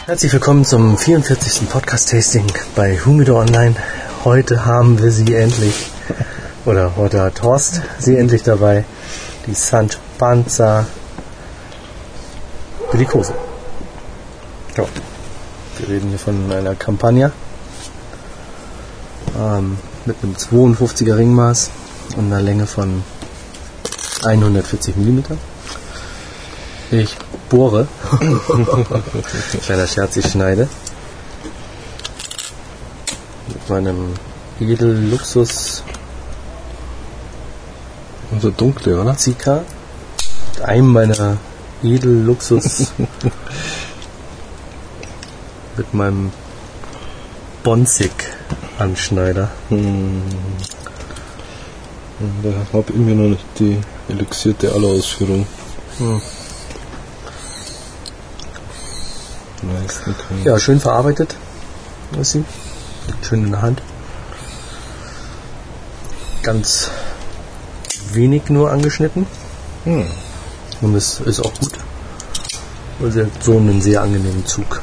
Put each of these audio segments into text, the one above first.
Herzlich willkommen zum 44. Podcast-Tasting bei Humidor Online. Heute haben wir sie endlich, oder heute hat Horst sie endlich dabei, die Sancho Panza Bellicoso. Ja, wir reden hier von einer Campagna mit einem 52er Ringmaß und einer Länge von 140 mm. Ich bohre. Kleiner Scherz, ich schneide. Mit meinem Edelluxus. Unser dunkle, oder? Zika. Mit einem meiner Edelluxus. Mit meinem Bonzig-Anschneider. Da habe ich mir noch nicht die elixierte Allerausführung. Ja, schön verarbeitet ist sie. Schön in der Hand. Ganz wenig nur angeschnitten. Und es ist auch gut. Weil sie hat so einen sehr angenehmen Zug.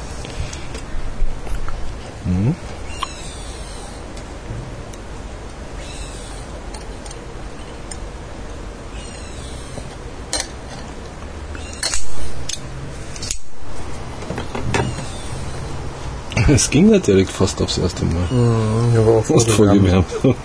Es ging ja direkt fast aufs erste Mal. Ich habe auch fast vorgewärmt. Okay.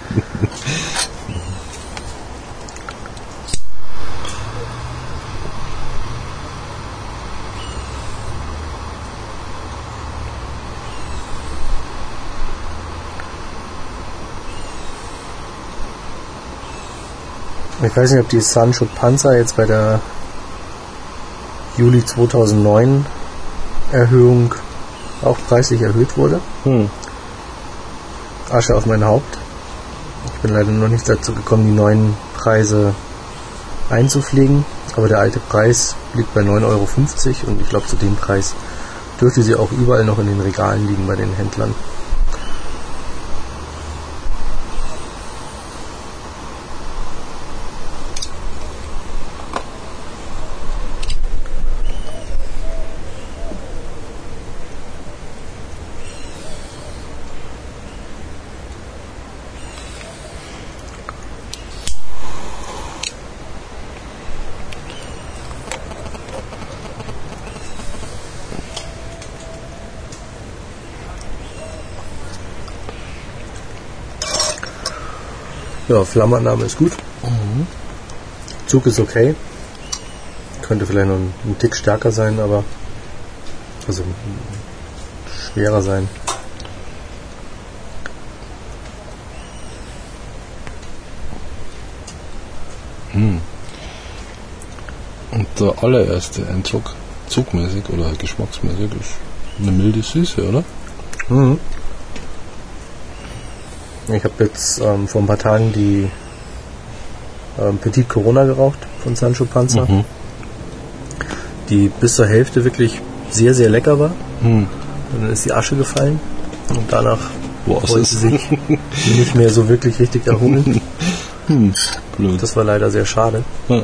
Ich weiß nicht, ob die Sancho Panza jetzt bei der Juli 2009 Erhöhung auch preislich erhöht wurde. Asche auf mein Haupt. Ich bin leider noch nicht dazu gekommen, die neuen Preise einzupflegen. Aber der alte Preis liegt bei 9,50 Euro und ich glaube, zu dem Preis dürfte sie auch überall noch in den Regalen liegen bei den Händlern. Ja, Flammannahme ist gut. Zug ist okay. Könnte vielleicht noch ein Tick stärker sein, aber also schwerer sein. Und der allererste Eindruck, zugmäßig oder geschmacksmäßig, ist eine milde Süße, oder? Ich habe jetzt vor ein paar Tagen die Petit Corona geraucht von Sancho Panza, die bis zur Hälfte wirklich sehr, sehr lecker war. Und dann ist die Asche gefallen und danach wollte sie sich nicht mehr so wirklich richtig erholen. Blöd. Das war leider sehr schade.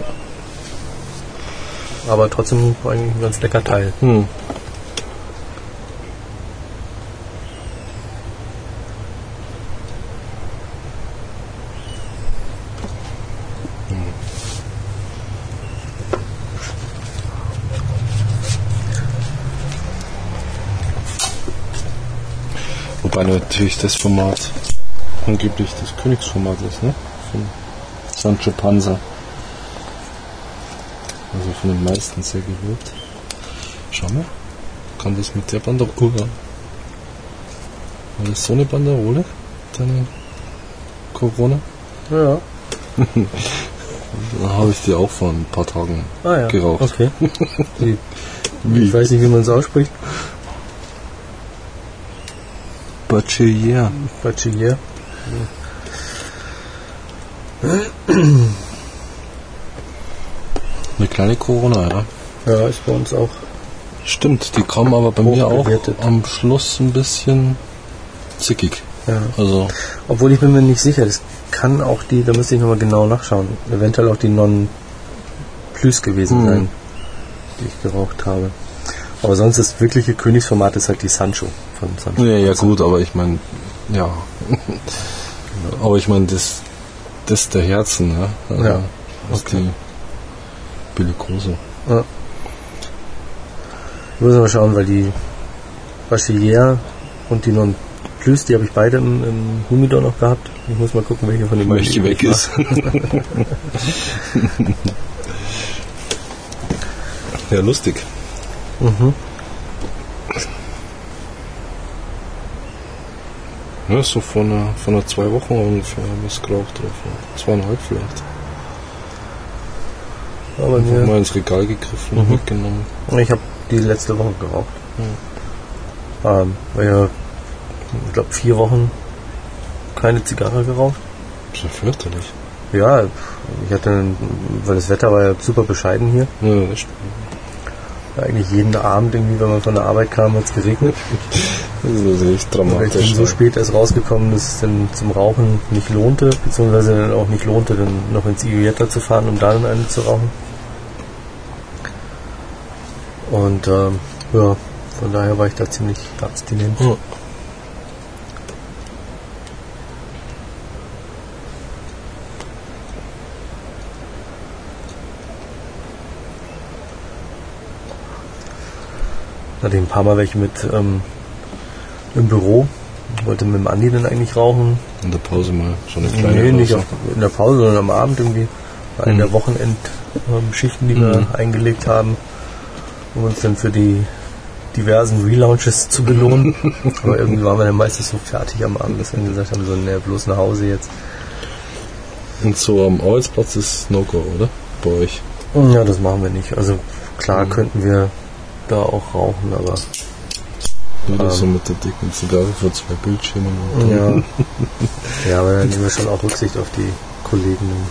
Aber trotzdem war eigentlich ein ganz lecker Teil. Wobei natürlich das Format angeblich das Königsformat ist, ne? Von Sancho Panza. Also von den meisten sehr gelobt. Schau mal. Kann das mit der Banderole? War das so eine Banderole? Deine Corona? Ja. Da habe ich die auch vor ein paar Tagen geraucht. Okay. Ich weiß nicht, wie man es ausspricht. Bachelier. Bachelier. Eine kleine Corona, ja. Ja, ist bei uns auch. Stimmt, die kam aber bei mir auch bewertet. am Schluss ein bisschen zickig. Ja. Also. Obwohl ich bin mir nicht sicher, das kann auch die, da müsste ich nochmal genau nachschauen, eventuell auch die Non Plus gewesen sein, die ich geraucht habe. Aber sonst das wirkliche Königsformat ist halt die Sancho von Sancho. Ja, gut, aber ich meine, ja. Aber ich meine, das der Herzen, ne? Also, Ja. das ist die Bellicoso. Ja. Ich muss mal schauen, weil die Bachelier und die Non Plus, die habe ich beide im Humidor noch gehabt. Ich muss mal gucken, welche von den beiden Welche weg ist. Ja, lustig. Mhm. Ja, so von einer 2 Wochen ungefähr haben wir es geraucht drauf. 2,5 vielleicht. Aber Einfach mal ins Regal gegriffen und mitgenommen. ich habe die letzte Woche geraucht. Weil ja, ich glaube 4 Wochen keine Zigarre geraucht. Das ist ja fürchterlich. Ja, ich hatte, weil das Wetter war ja super bescheiden hier. Ja, das stimmt. Eigentlich jeden Abend irgendwie, wenn man von der Arbeit kam, hat es geregnet. Das ist echt Weil ich dramatisch. bin so spät erst rausgekommen, dass es dann zum Rauchen nicht lohnte, beziehungsweise dann auch nicht lohnte, dann noch ins Iuietta zu fahren, um da dann eine zu rauchen. Und ja, von daher war ich da ziemlich abstinent. Ja. Hatte ein paar Mal welche mit im Büro. Ich wollte mit dem Andi dann eigentlich rauchen. In der Pause mal so eine kleine Nee, nicht Pause. in der Pause, sondern am Abend irgendwie. Bei einer der Wochenendschichten, die wir eingelegt haben, um uns dann für die diversen Relaunches zu belohnen. Aber irgendwie waren wir dann meistens so fertig am Abend, dass wir gesagt haben, so, ne, bloß nach Hause jetzt. Und so am Arbeitsplatz ist No-Go, oder? Bei euch? Ja, das machen wir nicht. Also klar könnten wir da auch rauchen, aber Oder so mit der dicken Zigarre vor 2 Bildschirmen. Und ja. Ja, aber dann nehmen wir schon auch Rücksicht auf die Kollegen.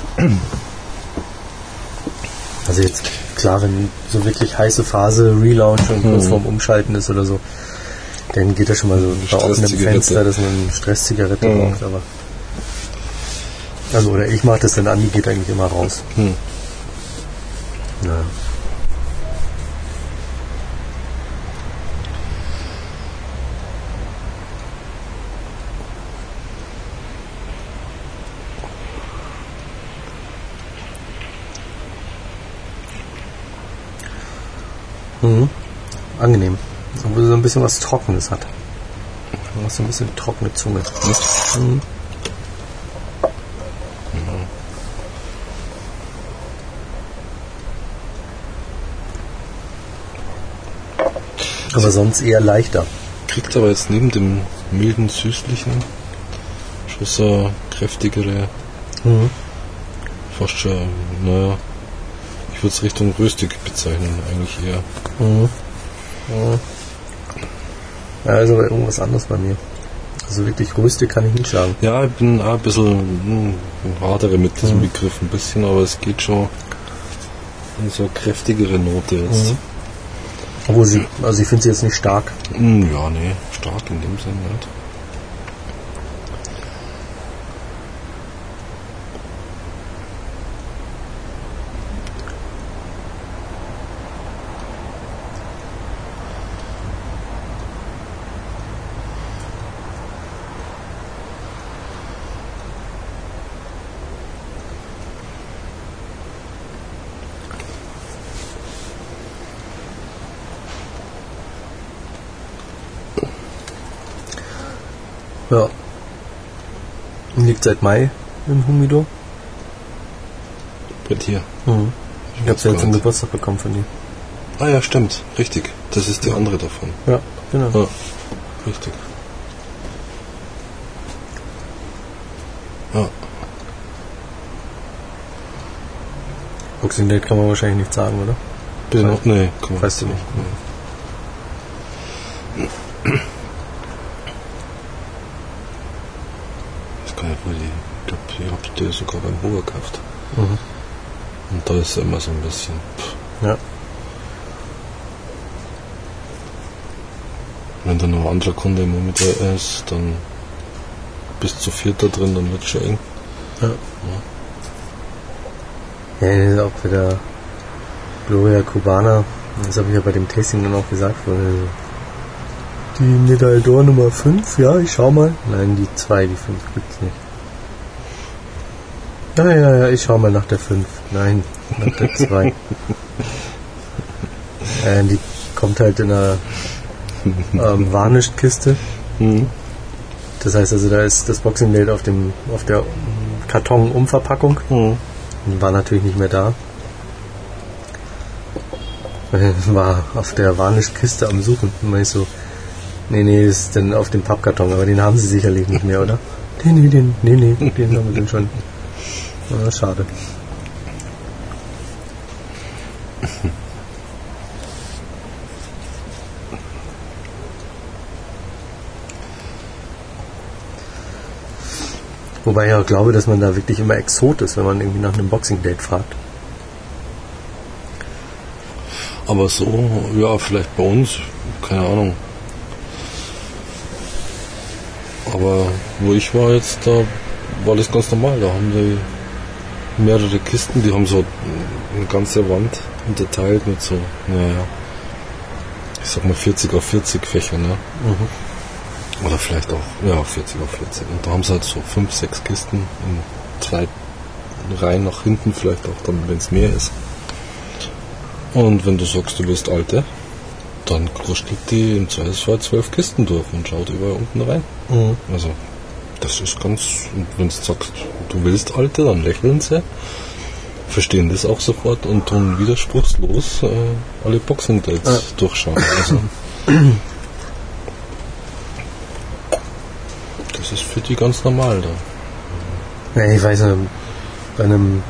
Also jetzt, klar, wenn so wirklich heiße Phase, Relaunch und kurz vorm Umschalten ist oder so, dann geht das schon mal so bei offenem Stresszigarette. Fenster, dass man eine Stresszigarette raucht, aber also, oder ich mache das, denn Andi geht eigentlich immer raus. Ja. Angenehm. Obwohl so ein bisschen was Trockenes hat. Du hast so ein bisschen trockene Zunge. Aber sonst eher leichter. Kriegt aber jetzt neben dem milden, süßlichen schon so kräftigere, fast schon, naja, ich würde es Richtung röstig bezeichnen, eigentlich eher. Ja, ist aber irgendwas anderes bei mir. Also wirklich röstig kann ich nicht sagen. Ja, ich bin auch ein bisschen hadere mit diesem Begriff ein bisschen, aber es geht schon in so eine kräftigere Note jetzt. Obwohl sie, also ich finde sie jetzt nicht stark. Ja, nee, stark in dem Sinne nicht. Ja. Liegt seit Mai im Humidor. Bei dir. Ich habe sie jetzt zum Geburtstag bekommen von dir. Ah ja, stimmt, richtig. Das ist die andere davon. Ja, genau. Ja, richtig. Ja. Oxidate kann man wahrscheinlich nicht sagen, oder? Bitte noch? Nee, komm. Weißt du nicht. Das kann ich wohl, ich glaube, ich habe die sogar beim Huber gekauft. Und da ist immer so ein bisschen. Ja. Wenn da noch ein anderer Kunde im Moment ist, dann bis zu 4 da drin, dann wird es schon eng. Ja, das ist auch bei der Gloria Cubana, Das habe ich ja bei dem Tasting dann auch gesagt. Die Nedaldor Nummer 5, ja, ich schau mal. Nein, die 2, die 5 gibt's nicht. Ja, ich schau mal nach der 5. Nein, nach der 2. Die kommt halt in einer Varnished-Kiste. Das heißt also, da ist das Boxing Date auf der Karton-Umverpackung. War natürlich nicht mehr da. War auf der Varnished-Kiste am Suchen. Und ich so, nee, ist denn auf dem Pappkarton, aber den haben sie sicherlich nicht mehr, oder? Nee, den haben wir denn schon. Schade. Wobei ich auch glaube, dass man da wirklich immer Exot ist, wenn man irgendwie nach einem Boxing-Date fragt. Aber so, ja, vielleicht bei uns, keine Ahnung. Aber wo ich war jetzt, da war das ganz normal. Da haben die mehrere Kisten, die haben so eine ganze Wand unterteilt mit so, ich sag mal 40 auf 40 Fächern, ne? Oder vielleicht auch, 40 auf 40. Und da haben sie halt so 5, 6 Kisten in 3 Reihen nach hinten, vielleicht auch dann, wenn es mehr ist. Und wenn du sagst, du willst alte, dann krustelt die im Zweifelsfall 12 Kisten durch und schaut überall unten rein. Also, das ist ganz, und wenn du sagst, du willst alte, dann lächeln sie, verstehen das auch sofort und tun widerspruchslos alle Boxing-Dates durchschauen. Also, das ist für die ganz normal da. Ja, ich weiß nicht, bei einem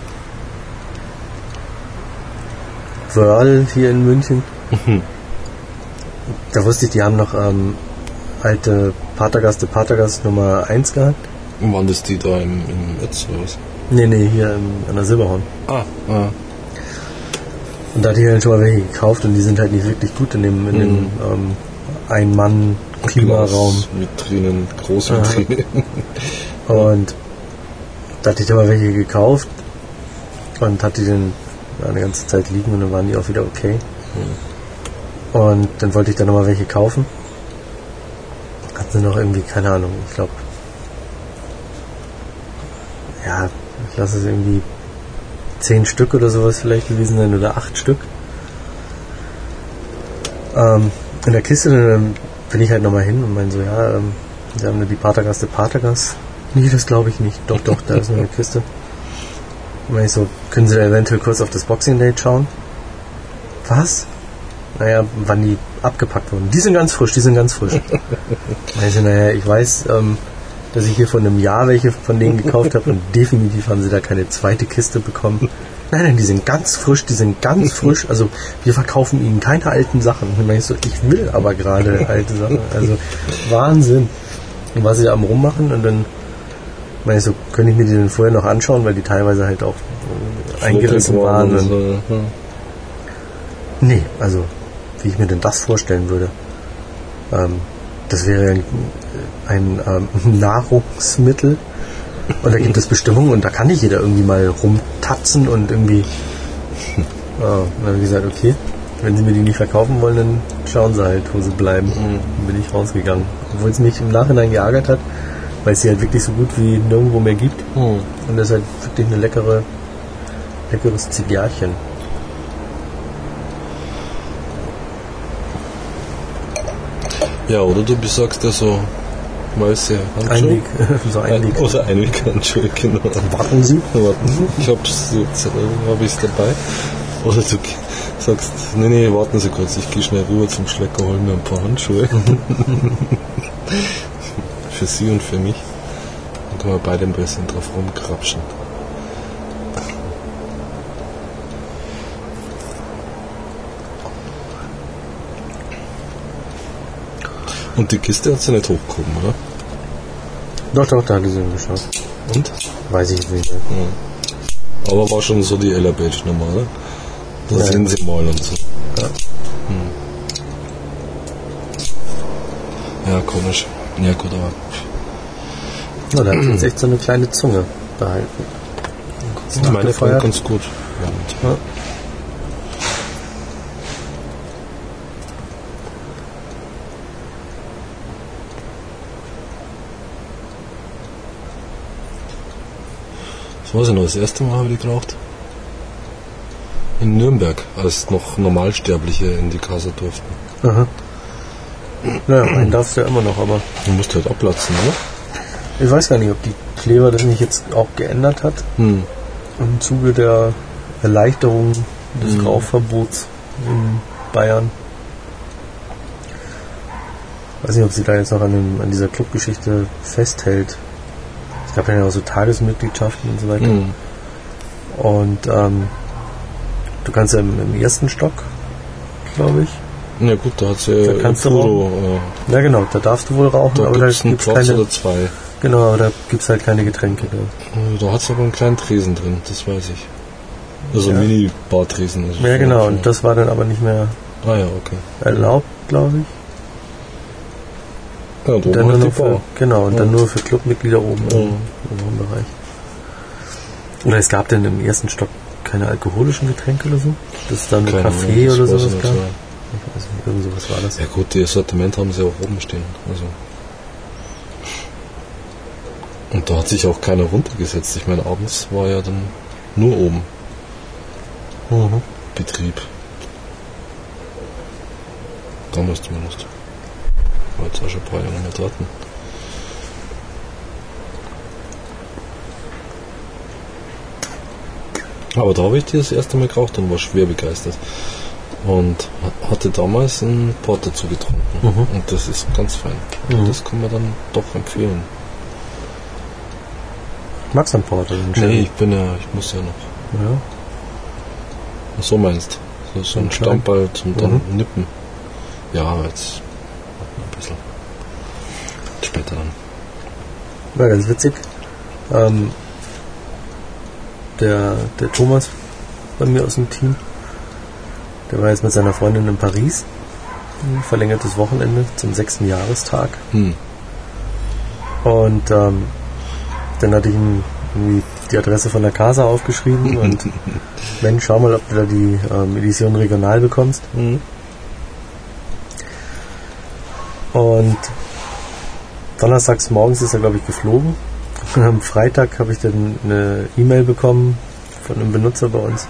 Whirl hier in München, da wusste ich, die haben noch alte Patergast Nummer 1 gehabt. Und waren das die da im Netz oder was? Nee, hier an der Silberhorn. Ah. Und da hatte ich halt schon mal welche gekauft und die sind halt nicht wirklich gut in dem Ein-Mann-Klimaraum. Vitrinen, große Vitrinen. Und da hatte ich da mal welche gekauft und hatte die dann eine ganze Zeit liegen und dann waren die auch wieder okay. Und dann wollte ich dann nochmal welche kaufen. Hatten sie noch irgendwie, keine Ahnung, ich glaube, ich lasse es irgendwie 10 Stück oder sowas vielleicht gewesen sein oder 8 Stück. In der Kiste, dann bin ich halt nochmal hin und meine so, sie haben die Patergast. Nee, das glaube ich nicht. Doch, da ist noch eine Kiste. Und meine ich so, können Sie da eventuell kurz auf das Boxing Date schauen? Was? Naja, wann die abgepackt wurden. Die sind ganz frisch. Also, ich weiß, dass ich hier vor einem Jahr welche von denen gekauft habe und definitiv haben sie da keine zweite Kiste bekommen. Nein, die sind ganz frisch. Also wir verkaufen ihnen keine alten Sachen. Und ich so, ich will aber gerade alte Sachen. Also Wahnsinn. Und was sie da am rummachen und dann meine ich so, könnte ich mir die denn vorher noch anschauen, weil die teilweise halt auch eingerissen waren. Und nee, also wie ich mir denn das vorstellen würde. Das wäre ein Nahrungsmittel und da gibt es Bestimmungen und da kann nicht jeder irgendwie mal rumtatzen und irgendwie dann habe ich gesagt, okay, wenn sie mir die nicht verkaufen wollen, dann schauen sie halt, wo sie bleiben. Dann bin ich rausgegangen. Obwohl es mich im Nachhinein geärgert hat, weil es sie halt wirklich so gut wie nirgendwo mehr gibt. Und das ist halt wirklich eine leckeres Zigarrchen. Ja, oder du besagst ja so weiße Handschuhe. Einweg. Oder Einweghandschuhe, genau. Warten Sie. Ich hab's jetzt, habe ich es dabei. Oder du sagst, nee, warten Sie kurz, ich gehe schnell rüber zum Schlecker, hol mir ein paar Handschuhe. Für Sie und für mich. Dann können wir beide ein bisschen drauf rumkrapschen. Und die Kiste hat sie nicht hochgehoben, oder? Doch, da hatte sie ihn geschaut. Und? Weiß ich nicht. Ja. Aber war schon so die Ella Beige Nummer, oder? Da sehen sie mal und so. Ja, komisch. Ja, gut, aber. Na, da hat jetzt echt so eine kleine Zunge behalten. Meine fand ganz gut. Ja. Das weiß ich noch, das erste Mal habe ich die geraucht. In Nürnberg, als noch Normalsterbliche in die Casa durften. Aha. Naja, einen darfst du ja immer noch, aber... Du musst halt abplatzen, oder? Ich weiß gar nicht, ob die Kleber das nicht jetzt auch geändert hat. Im Zuge der Erleichterung des Rauchverbots in Bayern. Ich weiß nicht, ob sie da jetzt noch an dieser Clubgeschichte festhält. Es gab ja auch so Tagesmitgliedschaften und so weiter. Und du kannst ja im ersten Stock, glaube ich. Ja gut, da hat sie Da kannst du rauchen. Ja genau, da darfst du wohl rauchen, da aber da gibt's einen gibt's Platz keine. oder zwei. Genau, aber da gibt's halt keine Getränke. Da hat es aber einen kleinen Tresen drin, das weiß ich. Also Ja. Mini-Bar-Tresen. Also Ja genau, und das war dann aber nicht mehr Ah ja, okay. erlaubt, glaube ich. Ja, Und da dann war nur die noch für, Bar. genau, und dann nur für Clubmitglieder oben im Bereich. Oder es gab dann im ersten Stock keine alkoholischen Getränke oder so? Dass es dann Keine Kaffee Ahnung, das oder weiß sowas ich nicht, gab? ja. Ich weiß nicht, irgend sowas war das. Ja gut, das Sortiment haben sie auch oben stehen. Also. Und da hat sich auch keiner runtergesetzt. Ich meine, abends war ja dann nur oben Betrieb. Damals zumindest. War jetzt auch schon ein paar Jahre nicht mehr dort. Aber da habe ich die das erste Mal geraucht und war schwer begeistert. Und hatte damals einen Port dazu getrunken. Und das ist ganz fein. Und das kann man dann doch empfehlen. Magst du einen Porter? Nee, ich muss ja noch. Ja. Ach so meinst du? So ein Klein. Stammball zum dann nippen. Ja, aber jetzt ein bisschen später dann. War ganz witzig. Der Thomas bei mir aus dem Team, der war jetzt mit seiner Freundin in Paris. Ein verlängertes Wochenende zum 6. Jahrestag. Und dann hatte ich ihm irgendwie die Adresse von der Casa aufgeschrieben und Mensch, schau mal, ob du da die Edition regional bekommst. Und donnerstags morgens ist er, glaube ich, geflogen. Und am Freitag habe ich dann eine E-Mail bekommen von einem Benutzer bei uns.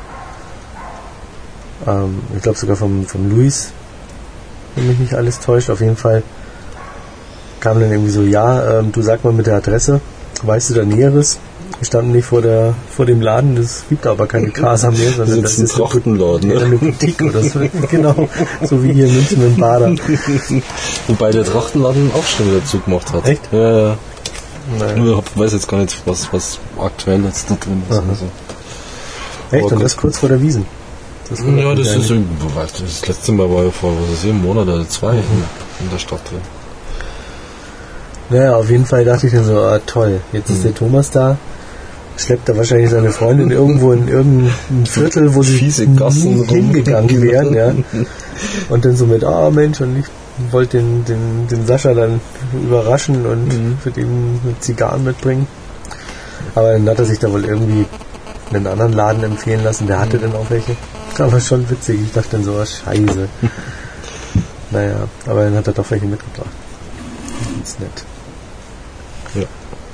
Ich glaube sogar vom Luis, wenn mich nicht alles täuscht. Auf jeden Fall kam dann irgendwie so, ja, du sag mal mit der Adresse, weißt du da Näheres? Wir standen nicht vor dem Laden, es gibt aber keine Casa mehr, sondern das ist ein Trachtenladen, ne? eine Boutique oder so. Genau, so wie hier in München im Bader. Wobei der Trachtenladen auch schon wieder zugemacht hat. Echt? Ja. Nein. Ich weiß jetzt gar nicht, was aktuell jetzt da drin ist. Also. Echt? Aber Und das kurz vor der Wiesn? Das Ja, das ist das letzte Mal war ja vor einem Monat oder zwei in der Stadt drin. Naja, auf jeden Fall dachte ich dann so, toll, jetzt ist der Thomas da, schleppt er wahrscheinlich seine Freundin irgendwo in irgendein Viertel, wo sie Fiese Gassen nie hingegangen wären, ja. Und dann so mit, Mensch, und ich wollte den Sascha dann überraschen und für den Zigarren mitbringen. Aber dann hat er sich da wohl irgendwie einen anderen Laden empfehlen lassen, der hatte dann auch welche. Aber schon witzig, ich dachte dann so, scheiße. Naja, aber dann hat er doch welche mitgebracht. Das ist nett. Ja.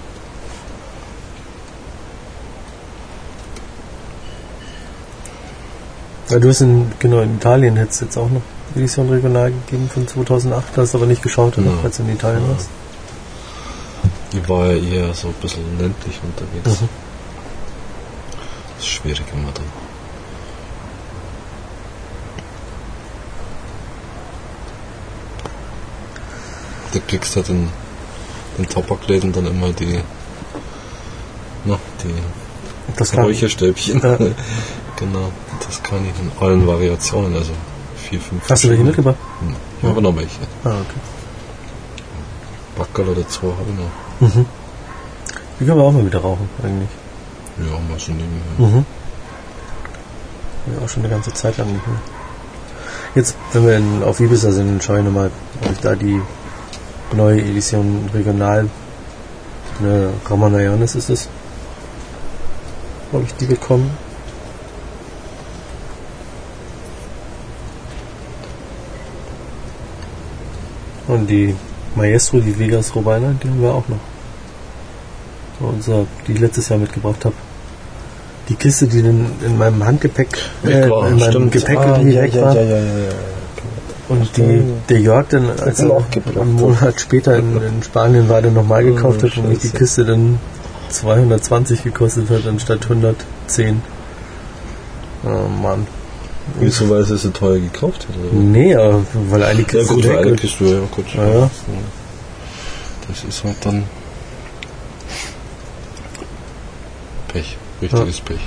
Ja, du hast in Italien hättest jetzt auch noch Edition regional gegeben von 2008, hast aber nicht geschaut, oder? Als du in Italien warst. Ich war ja eher so ein bisschen ländlich unterwegs. Das ist schwierig immer dann. Du kriegst halt in den Tabakläden dann immer die Räucherstäbchen. Ja. Genau, das kann ich in allen Variationen, also 4, 5. Hast du welche mitgebracht? Ich habe noch welche. Okay. Backerl oder 2 habe ich noch. Die können wir auch mal wieder rauchen, eigentlich. Ja, mal so nebenher. Ja, auch schon eine ganze Zeit lang nicht mehr. Jetzt, wenn wir auf Ibiza sind, schaue ich nochmal, ob ich da die neue Edition regional, eine Ramanayanes ist es, ob ich die bekomme. Und die Maestro, die Vegas Robina, die haben wir auch noch. Die ich letztes Jahr mitgebracht habe. die Kiste, die dann in meinem Handgepäck, Weg war, in meinem stimmt. Gepäck Ah, irgendwie ja, weg ja, war. ja. Und der Jörg dann, als er einen Monat später in Spanien war, dann nochmal gekauft hat und mich die Kiste dann 220 gekostet hat, anstatt 110. Oh Mann. Wieso, weil sie so teuer gekauft hat? Oder? Nee, aber weil eine Kiste Ja gut, weg weil eine ist. Kiste, ja gut. Ja. Das ist halt dann Pech, richtiges Pech.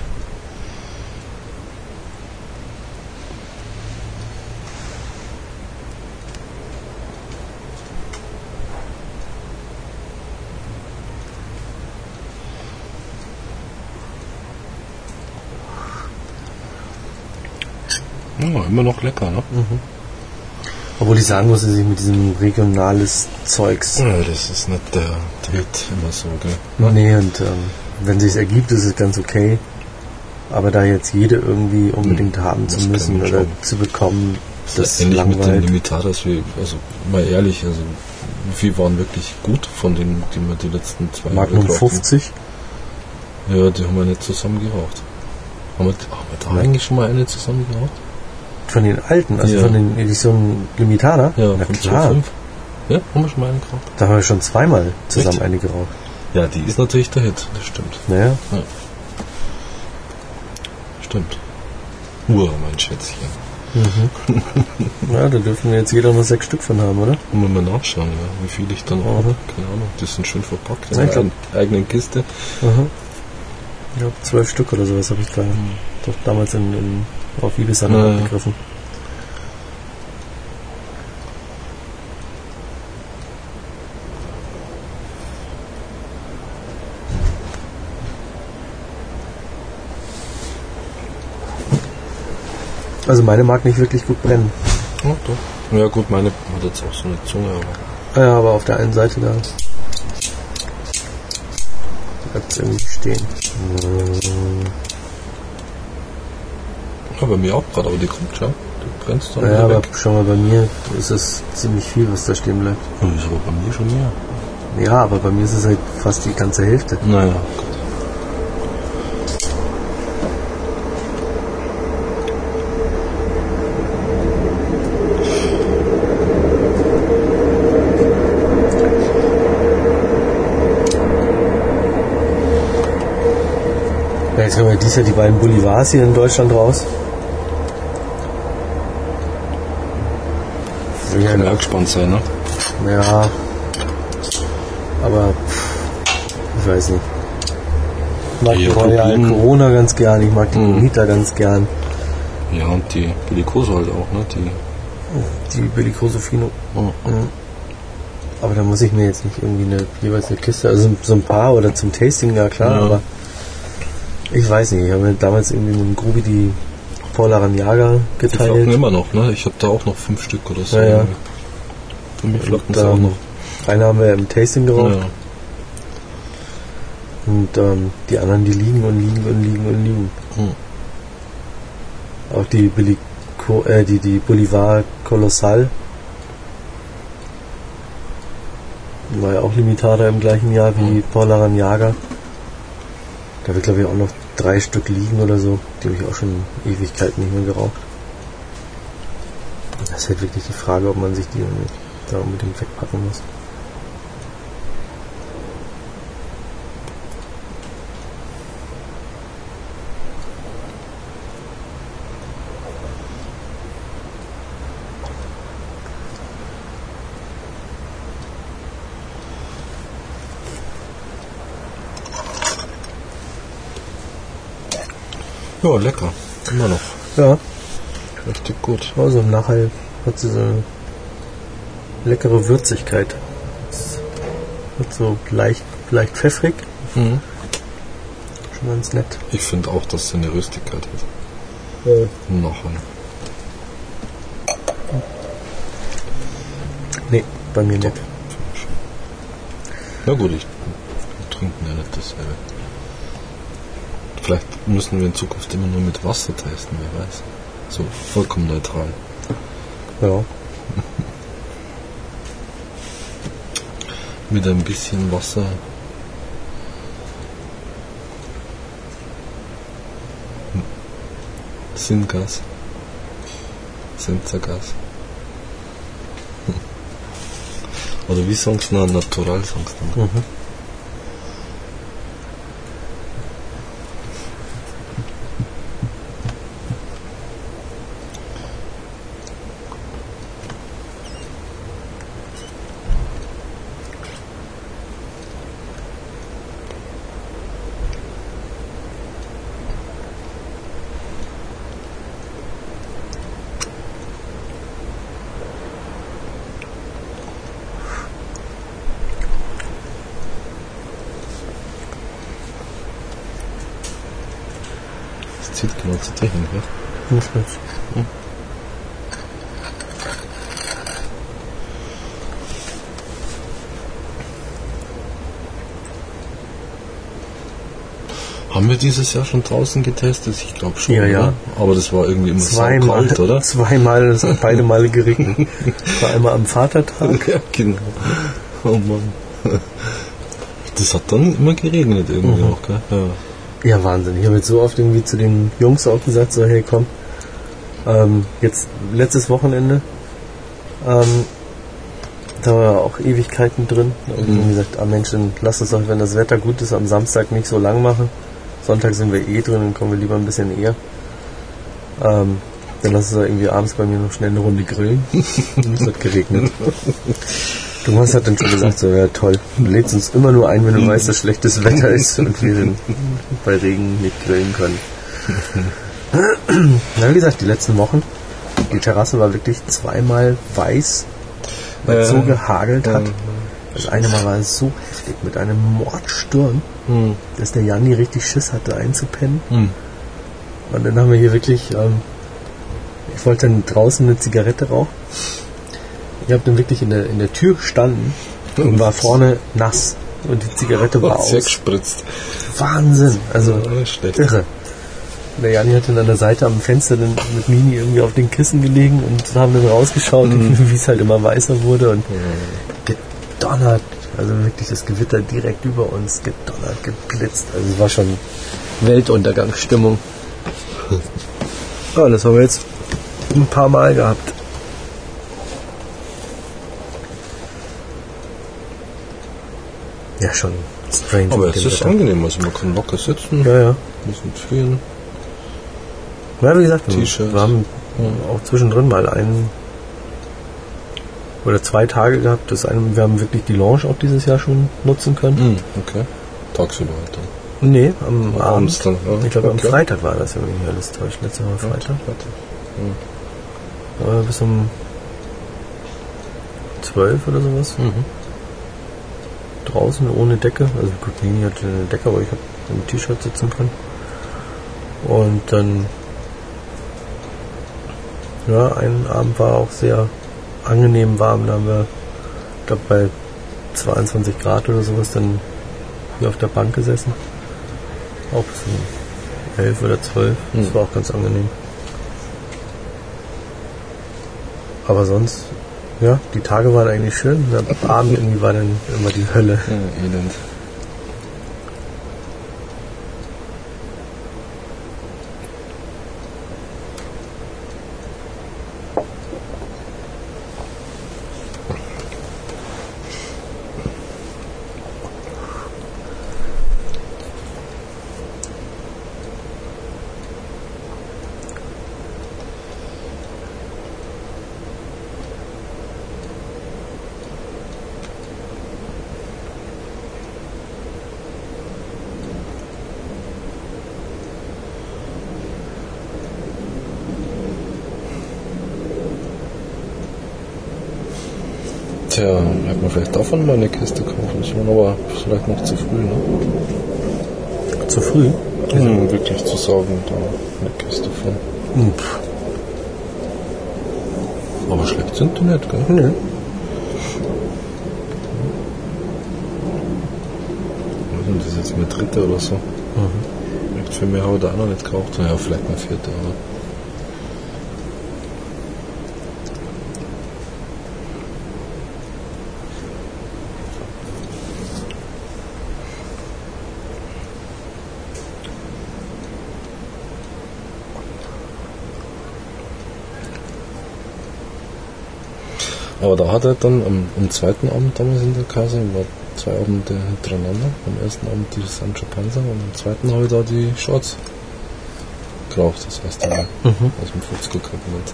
Ja, immer noch lecker, ne? Obwohl ich sagen muss, dass ich mit diesem regionales Zeugs. Ja, das ist nicht der Hit immer so, gell? Nee, und wenn sich's ergibt, ist es ganz okay. Aber da jetzt jede irgendwie unbedingt haben zu das müssen kann ich oder schon. zu bekommen, das ist ähnlich mit den langweilt. Limitadas, also mal ehrlich, also wie viel waren wirklich gut von denen, die wir die letzten 2 Jahre Magnum geraucht haben? 50. Ja, die haben wir nicht zusammen geraucht. Haben wir da eigentlich schon mal eine zusammen geraucht? Von den alten, also Ja. von den Editionen Limitada? Ja, na von klar. 2,5. Ja, haben wir schon mal eine geraucht? Da haben wir schon zweimal zusammen Echt? eine geraucht. Ja, die ist natürlich der Hit, das stimmt. Naja. Stimmt. Mein Schätzchen. Ja, da dürfen wir jetzt jeder noch 6 Stück von haben, oder? Muss man mal nachschauen, ja, wie viel ich dann auch habe. Keine Ahnung, die sind schön verpackt in Ja, ich der glaub- eigenen Kiste. Ja, 12 Stück oder sowas habe ich da doch damals auf Ibiza noch Ja. abgegriffen. Also meine mag nicht wirklich gut brennen. Ja, doch. Ja gut, meine hat jetzt auch so eine Zunge, aber Ja, aber auf der einen Seite da bleibt es irgendwie stehen. ja, bei mir auch gerade, aber die kommt schon. Du brennst dann Ja, wieder aber weg. schau mal, bei mir ist es ziemlich viel, was da stehen bleibt. Das ist aber bei mir schon mehr. Ja, aber bei mir ist es halt fast die ganze Hälfte. Naja, gut. Ja, jetzt haben wir dieses Jahr die beiden Bolivars hier in Deutschland raus. Ja, Kann ja gespannt sein, ne? ja, aber ich weiß nicht. Ich mag die Ja, Royal Turbinen. Corona ganz gern, ich mag die Bonita ganz gern. Ja, und die Bellicoso halt auch, ne? Die Bellicoso Fino. Mhm. Aber da muss ich mir jetzt nicht irgendwie jeweils eine Kiste, also so ein paar oder zum Tasting, ja klar, Ja. aber ich weiß nicht, ich habe mir damals irgendwie mit dem Grubi die Paula Ranjaga Die flocken geteilt. immer noch, ne? Ich habe da auch noch 5 Stück oder so. Ja, ja. Bei mir flocken Und, sie auch noch. eine haben wir im Tasting geraucht Ja. und die anderen, die liegen und liegen und liegen und liegen. Mhm. Auch die die Bolivar Colossal war ja auch Limitada im gleichen Jahr wie Paula Ranjaga. Da wird glaube ich auch noch 3 Stück liegen oder so. Die habe ich auch schon Ewigkeiten nicht mehr geraucht. Das ist halt wirklich die Frage, ob man sich die da unbedingt wegpacken muss. Ja, lecker. Immer noch. Ja, Richtig gut. also im Nachhall hat sie so eine leckere Würzigkeit. Es wird so leicht pfeffrig. Mhm. Schon ganz nett. Ich finde auch, dass sie eine Röstigkeit hat. Ja. Nachher. Nee, bei mir nicht. Na gut, wir trinken ja nicht dasselbe. Vielleicht müssen wir in Zukunft immer nur mit Wasser testen, wer weiß. So vollkommen neutral. Ja. Mit ein bisschen Wasser. Syngas. Senzagas. Oder wie sagst du noch? Natural sagst du noch. Mhm. Das zieht genau zu Technik, ja? Nicht schlecht. Haben wir dieses Jahr schon draußen getestet? Ich glaube schon. Ja, ja. Oder? Aber das war irgendwie immer so kalt, oder? Zweimal, es hat beide Male geregnet. War einmal am Vatertag. Ja, genau. Oh Mann. Das hat dann immer geregnet irgendwie auch, gell? Ja. Ja, Wahnsinn. Ich habe jetzt so oft irgendwie zu den Jungs auch gesagt, so, hey, komm, jetzt letztes Wochenende, da war auch Ewigkeiten drin. Da habe ich dann gesagt, Mensch, dann lass uns doch, wenn das Wetter gut ist, am Samstag nicht so lang machen. Sonntag sind wir eh drin, dann kommen wir lieber ein bisschen eher. Dann lass uns doch irgendwie abends bei mir noch schnell eine Runde grillen. Es hat geregnet. Thomas hat dann schon gesagt, so, ja toll, du lädst uns immer nur ein, wenn du weißt, dass schlechtes Wetter ist und wir dann bei Regen nicht grillen können. Na, wie gesagt, die letzten Wochen, die Terrasse war wirklich zweimal weiß, weil es so gehagelt hat. Das eine Mal war es so heftig, mit einem Mordsturm, dass der Janni richtig Schiss hatte, einzupennen. Und dann haben wir hier wirklich, ich wollte dann draußen eine Zigarette rauchen. Ich habe dann wirklich in der Tür gestanden und war vorne nass und die Zigarette war aus. Gespritzt. Wahnsinn, also schlecht. irre. Der Janni hat dann an der Seite am Fenster dann mit Mini irgendwie auf den Kissen gelegen und haben dann rausgeschaut, wie es halt immer weißer wurde und gedonnert, also wirklich das Gewitter direkt über uns, gedonnert, geblitzt, also es war schon Weltuntergangsstimmung. Ja, das haben wir jetzt ein paar Mal gehabt. Ja, schon strange. Aber es ist angenehm, also man kann locker sitzen, Ja. muss nicht frieren. Ja, wie gesagt, T-Shirts. wir haben auch zwischendrin mal einen oder 2 Tage gehabt. Wir haben wirklich die Lounge auch dieses Jahr schon nutzen können. Okay. Tagsüber halt dann. Nee, am Abends Abend. dann. Ja. Ich glaube, am Okay. Freitag war das, wenn mich nicht alles täuscht. Letzte Woche Freitag. Bis um 12 oder sowas. Draußen ohne Decke. Also gut, Nini hatte eine Decke, aber ich habe im T-Shirt sitzen können. Und dann, ja, ein Abend war auch sehr angenehm warm. Da haben wir, ich glaube, bei 22 Grad oder sowas dann hier auf der Bank gesessen. Auch bis um 11 oder 12. Das war auch ganz angenehm. Aber sonst, ja, die Tage waren eigentlich schön. Am Abend irgendwie war dann immer die Hölle. Ja, elend. Tja, hätte man vielleicht davon mal eine Kiste kaufen sollen, aber vielleicht noch zu früh, ne? Zu früh? Wirklich zu sagen, da eine Kiste von. Aber schlecht sind die nicht, gell? Nö. Das ist jetzt eine dritte oder so. Für mehr habe ich da auch noch nicht gekauft. Ja, vielleicht eine vierte, aber. Aber da hat er dann am zweiten Abend damals in der Casa, war 2 Abende hintereinander. Am ersten Abend die Sancho Panza und am zweiten habe ich da die Shorts geraucht, das heißt aus dem 50er-Kabinett.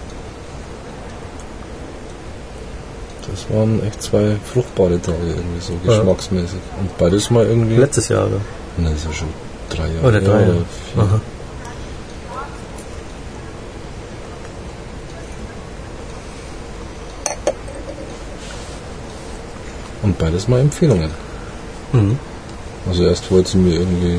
Das waren echt 2 fruchtbare Tage irgendwie so geschmacksmäßig. Und beides mal irgendwie... Letztes Jahr, oder? Ne, das ist ja schon 3 Jahre. Oder 3 Jahre. Oder 4. Aha. Und beides mal Empfehlungen. Mhm. Also erst wollte sie mir irgendwie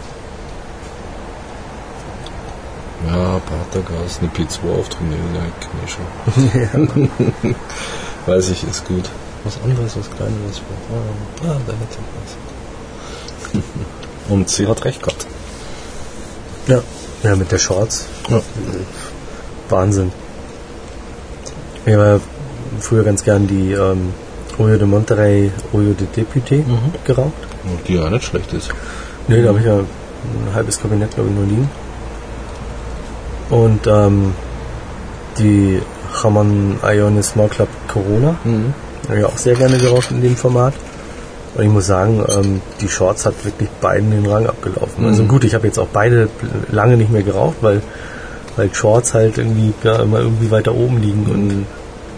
Patergas, eine P2 aufdrücken, ja, kenne ich schon. Weiß ich, ist gut. Was anderes, was Kleineres. Da hätte ich was. Und sie hat recht gehabt. Ja, mit der Shorts. Ja. Wahnsinn. Ich habe früher ganz gern die Oyo de Monterrey, Oyo de Député geraucht. Und die ja nicht schlecht ist. Ne, da habe ich ja ein halbes Kabinett, glaube ich, nur liegen. Und die Ramon Ione Small Club Corona habe ich auch sehr gerne geraucht in dem Format. Und ich muss sagen, die Shorts hat wirklich beiden den Rang abgelaufen. Also gut, ich habe jetzt auch beide lange nicht mehr geraucht, weil Shorts halt irgendwie immer irgendwie weiter oben liegen. Und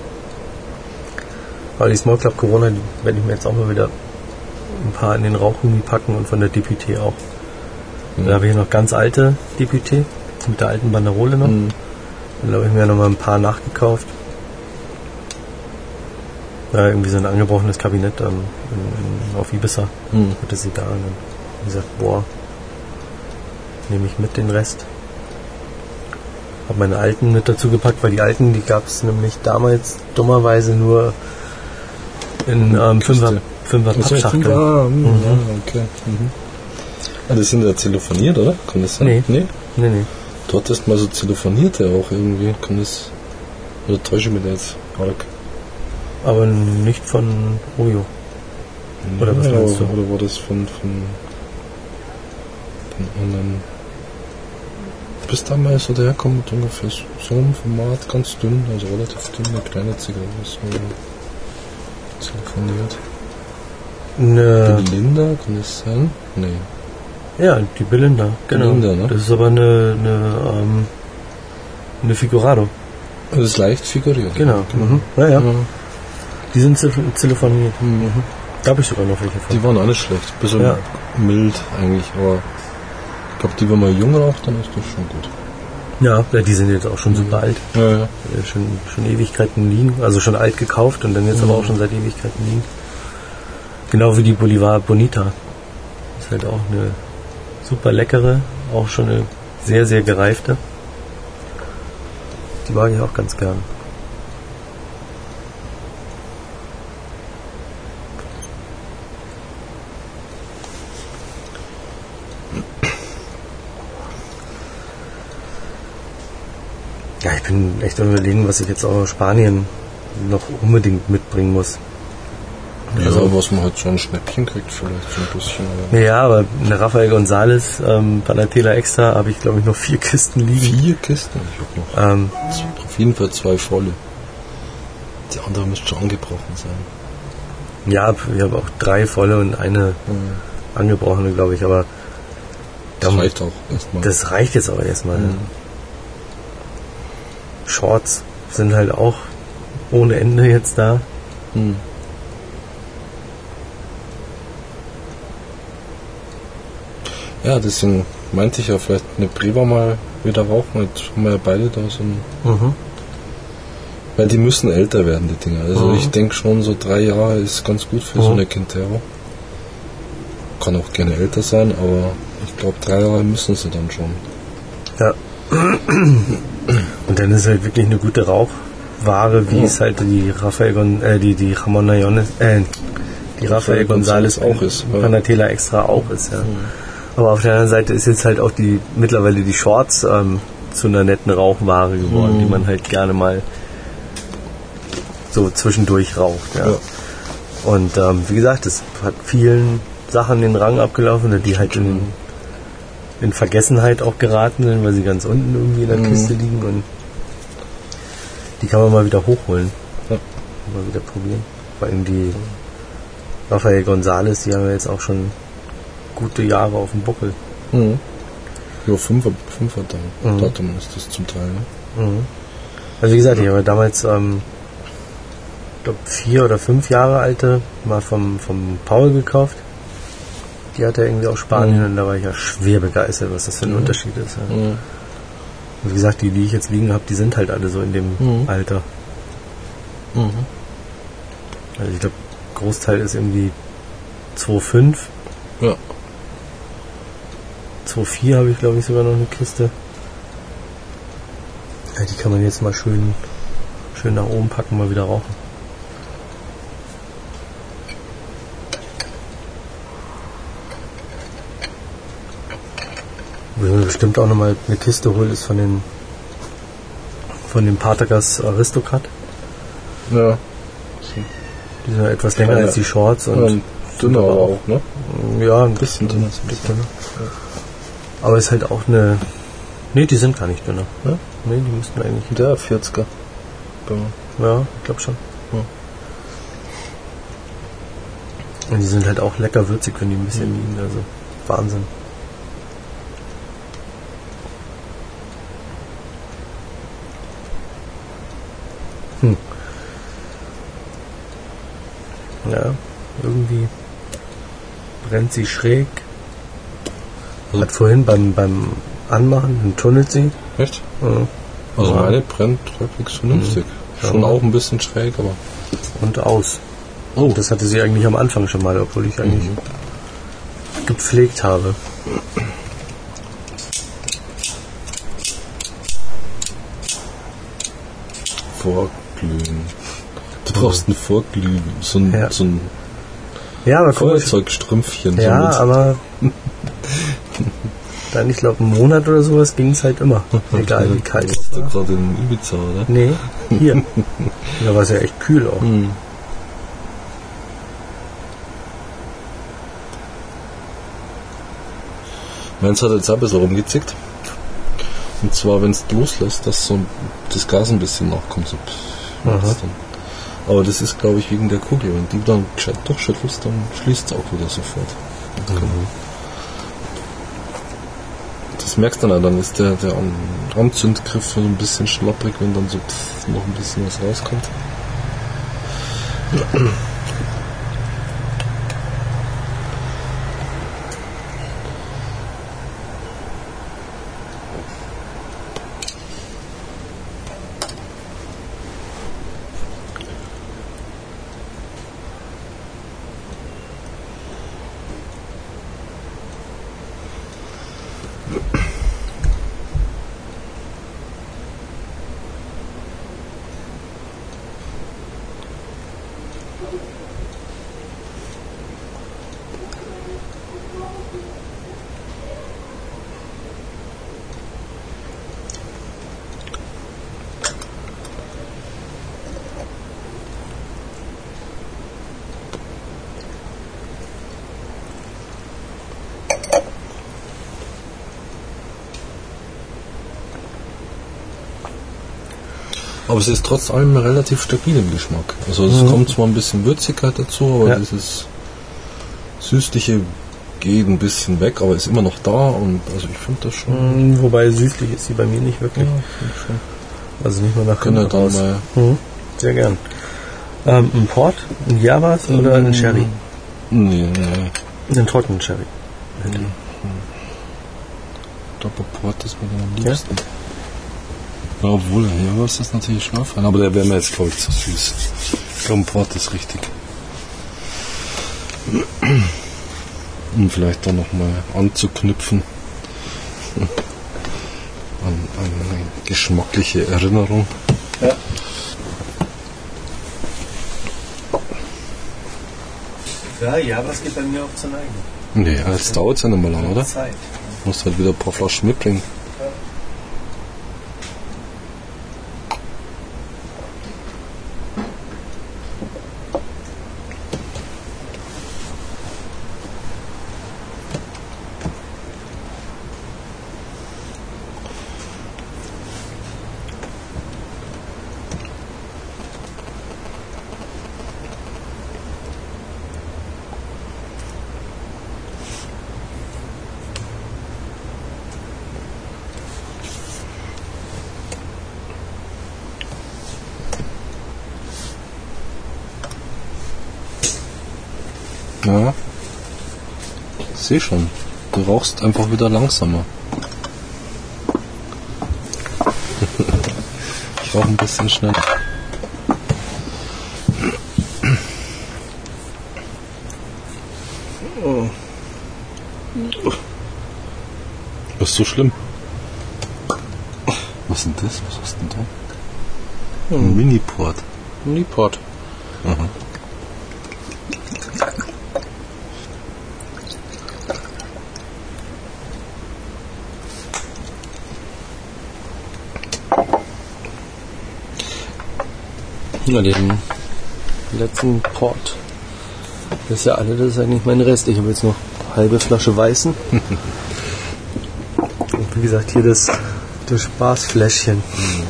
aber die Small Club Corona, die werde ich mir jetzt auch mal wieder ein paar in den Rauchgummi packen und von der Député auch. Da habe ich noch ganz alte Député mit der alten Banderole noch. Dann habe ich mir noch mal ein paar nachgekauft. Ja, irgendwie so ein angebrochenes Kabinett auf Ibiza. Hatte sie da. Und dann hab ich gesagt, boah, nehme ich mit den Rest. Habe meine alten mit dazu gepackt, weil die alten, die gab es nämlich damals dummerweise nur in 5er Pappschachteln. Okay. Das sind ja telefoniert, oder? Kann das sein? Nee. Du hattest mal so telefoniert ja auch irgendwie. Kann das... Oder täusche ich mich da jetzt arg? Aber nicht von Oyo. Oder was meinst du? Oder war das von anderen... Bis damals so daherkommen mit ungefähr so einem Format, ganz dünn, also relativ dünn, eine kleine Zigarette, so telefoniert. Die Linda, kann das sein? Nee. Ja, die Belinda, genau. Belinda, ne? Das ist aber eine Figurado. Das ist leicht figuriert. Genau. Ja. Die sind telefoniert. Da habe ich sogar noch welche von. Die waren auch nicht schlecht. Bisschen mild eigentlich, aber ich glaube, die, wenn man jung raucht, dann ist das schon gut. Ja, die sind jetzt auch schon super alt. Ja. Schon Ewigkeiten liegen. Also schon alt gekauft und dann jetzt aber auch schon seit Ewigkeiten liegen. Genau wie die Bolivar Bonita. Ist halt auch eine super leckere, auch schon eine sehr, sehr gereifte. Die mag ich auch ganz gern. Ja, ich bin echt am Überlegen, was ich jetzt auch aus Spanien noch unbedingt mitbringen muss. Also was man halt schon ein Schnäppchen kriegt vielleicht so ein bisschen. Oder? Ja, aber eine Rafael González Panatela Extra habe ich, glaube ich, noch 4 Kisten liegen. 4 Kisten? Ich habe noch auf jeden Fall 2 volle. Die andere müsste schon angebrochen sein. Ja, ich habe auch 3 volle und eine angebrochene, glaube ich, aber das reicht auch erstmal. Das reicht jetzt aber erstmal. Ja. Shorts sind halt auch ohne Ende jetzt da. Ja, deswegen meinte ich ja, vielleicht eine Priva mal wieder rauchen. Jetzt haben wir ja beide da so ein... Weil die müssen älter werden, die Dinger. Also ich denke schon, so 3 Jahre ist ganz gut für so eine Quintero. Kann auch gerne älter sein, aber ich glaube 3 Jahre müssen sie dann schon. Ja. Und dann ist halt wirklich eine gute Rauchware, wie es halt die Rafael die Ramon Ione, die Rafael González auch ist. Panatela Extra auch ist, ja. Aber auf der anderen Seite ist jetzt halt auch mittlerweile die Shorts zu einer netten Rauchware geworden, die man halt gerne mal so zwischendurch raucht. Ja. Und wie gesagt, es hat vielen Sachen den Rang abgelaufen, die halt in Vergessenheit auch geraten sind, weil sie ganz unten irgendwie in der Kiste liegen und die kann man mal wieder hochholen. Ja. mal wieder probieren. Vor allem die Rafael González, die haben ja jetzt auch schon gute Jahre auf dem Buckel. Mhm. Ja, Fünfer Datum ist das zum Teil. Ne? Mhm. Also wie gesagt, ich habe damals, ich glaube 4 oder 5 Jahre alte mal vom Paul gekauft. Die hat er irgendwie aus Spanien und da war ich ja schwer begeistert, was das für ein Unterschied ist. Ja. Und wie gesagt, die ich jetzt liegen habe, die sind halt alle so in dem Alter. Mhm. Also ich glaube, Großteil ist irgendwie 2,5. Ja. 2,4 habe ich, glaube ich, sogar noch eine Kiste. Ja, die kann man jetzt mal schön nach oben packen, mal wieder rauchen. Wo ich mir bestimmt auch nochmal eine Kiste hole, ist von dem Partagas Aristocrat. Ja. Die sind ja etwas länger als die Shorts und dünner aber auch, ne? Ja, ein bisschen dünner. dünner. Ja. Aber ist halt auch eine. Ne, die sind gar nicht dünner. Ja? Ne, die müssten eigentlich. Der 40er. Ja, ich glaube schon. Ja. Und die sind halt auch lecker würzig, wenn die ein bisschen liegen. Also Wahnsinn. Ja, irgendwie brennt sie schräg. Hat vorhin beim Anmachen tunnelt sie. Echt? Ja. Also meine brennt halbwegs vernünftig. Schon auch ein bisschen schräg, aber... Und aus. Oh. Das hatte sie eigentlich am Anfang schon mal, obwohl ich eigentlich gepflegt habe. Vorglühen. Du brauchst ein Vorglühen, so ein Ja, aber Feuerzeugstrümpfchen. Ja, aber dann, ich glaube, einen Monat oder sowas ging es halt immer. Egal wie kalt es war. war. Du gerade in Ibiza, oder? Nee, hier. Da war es ja echt kühl auch. Meins hat jetzt auch ein bisschen rumgezickt. Und zwar, wenn es loslässt, dass so das Gas ein bisschen nachkommt. So. Aber das ist, glaube ich, wegen der Kugel. Wenn du dann gescheit durchschüttelst, dann schließt es auch wieder sofort. Das merkst du dann ist der Anzündgriff so ein bisschen schlapprig, wenn dann so noch ein bisschen was rauskommt. Aber es ist trotz allem relativ stabil im Geschmack. Also es kommt zwar ein bisschen Würzigkeit dazu, aber dieses Süßliche geht ein bisschen weg, aber ist immer noch da und also ich finde das schon. Wobei süßlich ist sie bei mir nicht wirklich. Ja, finde ich schon. Also nicht mal nach Können wir mal. Sehr gern. Ein Port, ein Javas oder ein Sherry? Nee. Einen trockenen Sherry. Doppelport ist mir am liebsten. Ja, obwohl, ja, ist das natürlich scharf. Aber der wäre mir jetzt, glaube ich, zu süß. Ich glaube, ein Port ist richtig. Um vielleicht dann nochmal anzuknüpfen an eine geschmackliche Erinnerung. Ja, was geht bei mir auch zur Neigung? Nee, jetzt dauert es ja nicht mehr lang, oder? Zeit. Du musst halt wieder ein paar Flaschen mitbringen. Ja. Ich sehe schon. Du rauchst einfach wieder langsamer. Ich rauche ein bisschen schneller. Das ist so schlimm. Was ist denn das? Was hast du denn da? Ein Miniport. Miniport. Aha. Ja, den letzten Port. Das ist ja alle, das ist eigentlich mein Rest. Ich habe jetzt noch eine halbe Flasche Weißen. Und wie gesagt, hier das Spaßfläschchen.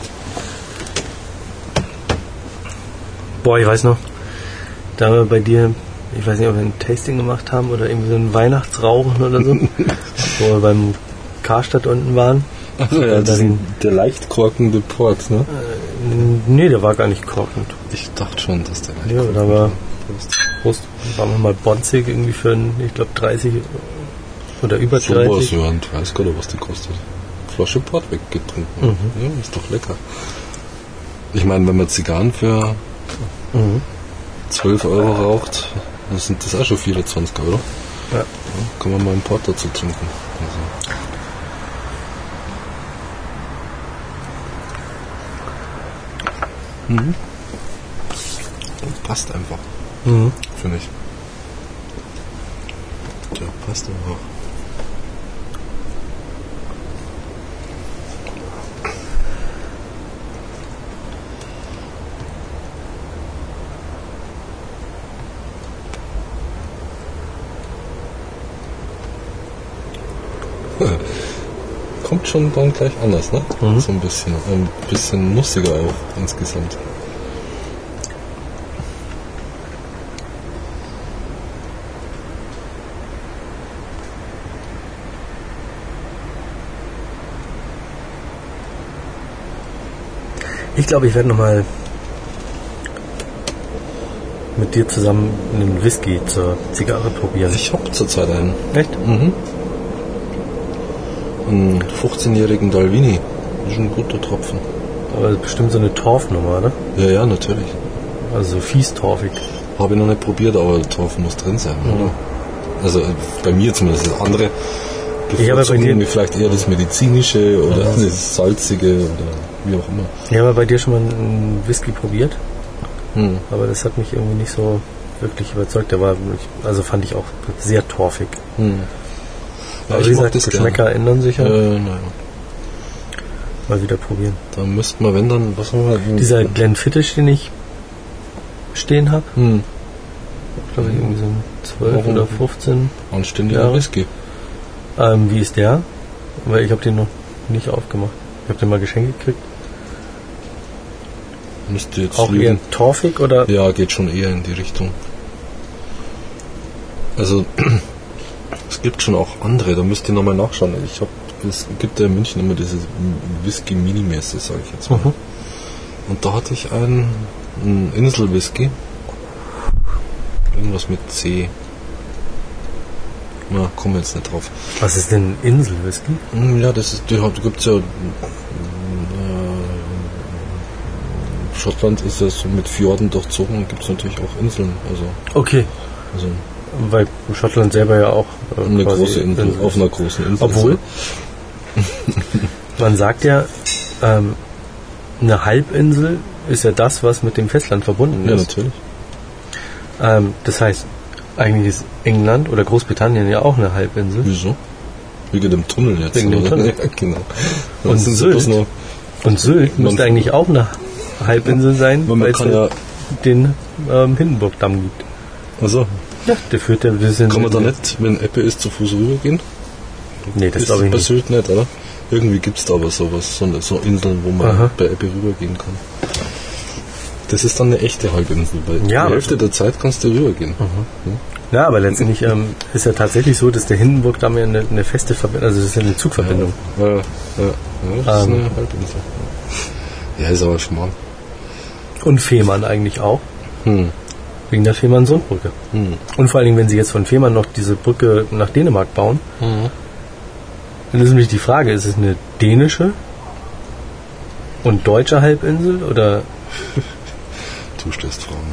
Boah, ich weiß noch, da haben wir bei dir, ich weiß nicht, ob wir ein Tasting gemacht haben oder irgendwie so ein Weihnachtsrauchen oder so, wo wir beim Karstadt unten waren. Also ja, der leicht korkende Port, ne? Nee, der war gar nicht korkend. Ich dachte schon, dass der leicht Ja, da war Prost. Waren wir mal bonzig irgendwie für, ich glaube, 30 oder über 30. Sowas, ja, ein 30 oder was die kostet. Flasche Port weggetrunken. Ja, ist doch lecker. Ich meine, wenn man Zigarren für 12 Euro raucht, dann sind das auch schon 24 Euro. Ja. Kann man mal einen Port dazu trinken. Also. Passt einfach. Finde ich. Der passt einfach. Kommt schon dann gleich anders, ne? So ein bisschen nussiger auch insgesamt. Ich glaube, ich werde nochmal mit dir zusammen einen Whisky zur Zigarre probieren. Ich habe zurzeit einen. Echt? Einen 15-jährigen Dalvini. Das ist ein guter Tropfen. Aber bestimmt so eine Torfnummer, oder? Ja, natürlich. Also so fies torfig. Habe ich noch nicht probiert, aber Torf muss drin sein, oder? Also bei mir zumindest. Das andere bevorzugen wir vielleicht eher das Medizinische oder das Salzige oder wie auch immer. Ich habe bei dir schon mal einen Whisky probiert, aber das hat mich irgendwie nicht so wirklich überzeugt. Der war, also fand ich auch sehr torfig. Ja, aber wie gesagt, Geschmäcker ändern sich ja. Naja. Mal wieder probieren. Da müssten wir, wenn dann, was haben wir? Dieser Glenfiddich, den ich stehen habe, glaube ich irgendwie so 12 oder 15. Anständiger Whisky. Wie ist der? Weil ich habe den noch nicht aufgemacht. Ich habe den mal geschenkt gekriegt. Müsste jetzt auch eher torfig oder? Ja, geht schon eher in die Richtung. Also es gibt schon auch andere, da müsst ihr nochmal nachschauen. Es gibt ja in München immer diese Whisky-Mini-Messe, sage ich jetzt mal. Und da hatte ich einen Insel-Whisky. Irgendwas mit C. Na, kommen wir jetzt nicht drauf. Was ist denn Insel-Whisky? Ja, da gibt es ja. Schottland ist ja so mit Fjorden durchzogen und gibt es natürlich auch Inseln. Also, okay. Also, weil Schottland selber ja auch eine große Insel, auf einer großen Insel. Obwohl, man sagt ja, eine Halbinsel ist ja das, was mit dem Festland verbunden ist. Ja, natürlich. Das heißt, eigentlich ist England oder Großbritannien ja auch eine Halbinsel. Wieso? Wegen dem Tunnel jetzt. Wegen dem Tunnel. Ja, genau. Und Sylt müsste eigentlich auch eine Halbinsel sein, weil es ja den Hindenburgdamm gibt. Also. Ja, der führt ja ein bisschen. Kann man da nicht, wenn Ebbe ist, zu Fuß rübergehen? Nee, das glaube ich nicht. Bei Sylt nicht, oder? Irgendwie gibt es da aber sowas, so Inseln, wo man bei Ebbe rübergehen kann. Das ist dann eine echte Halbinsel, weil die Hälfte der Zeit kannst du rübergehen. Ja, aber letztendlich ist ja tatsächlich so, dass der Hindenburgdamm ja eine feste Verbindung, also das ist ja eine Zugverbindung. Ja, das ist eine Halbinsel. Ja, ist aber schmal. Und Fehmarn eigentlich auch. Wegen der Fehmarn-Sundbrücke. Und vor allen Dingen, wenn sie jetzt von Fehmarn noch diese Brücke nach Dänemark bauen, dann ist nämlich die Frage, ist es eine dänische und deutsche Halbinsel oder... Du stellst Fragen.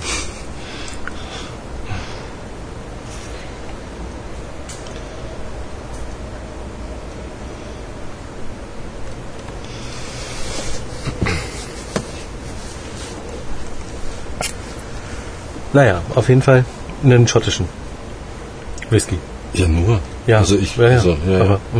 Naja, auf jeden Fall einen schottischen Whisky. Ja, nur. Ja, Also ich, ja, ja. also, ja, Aber, ja.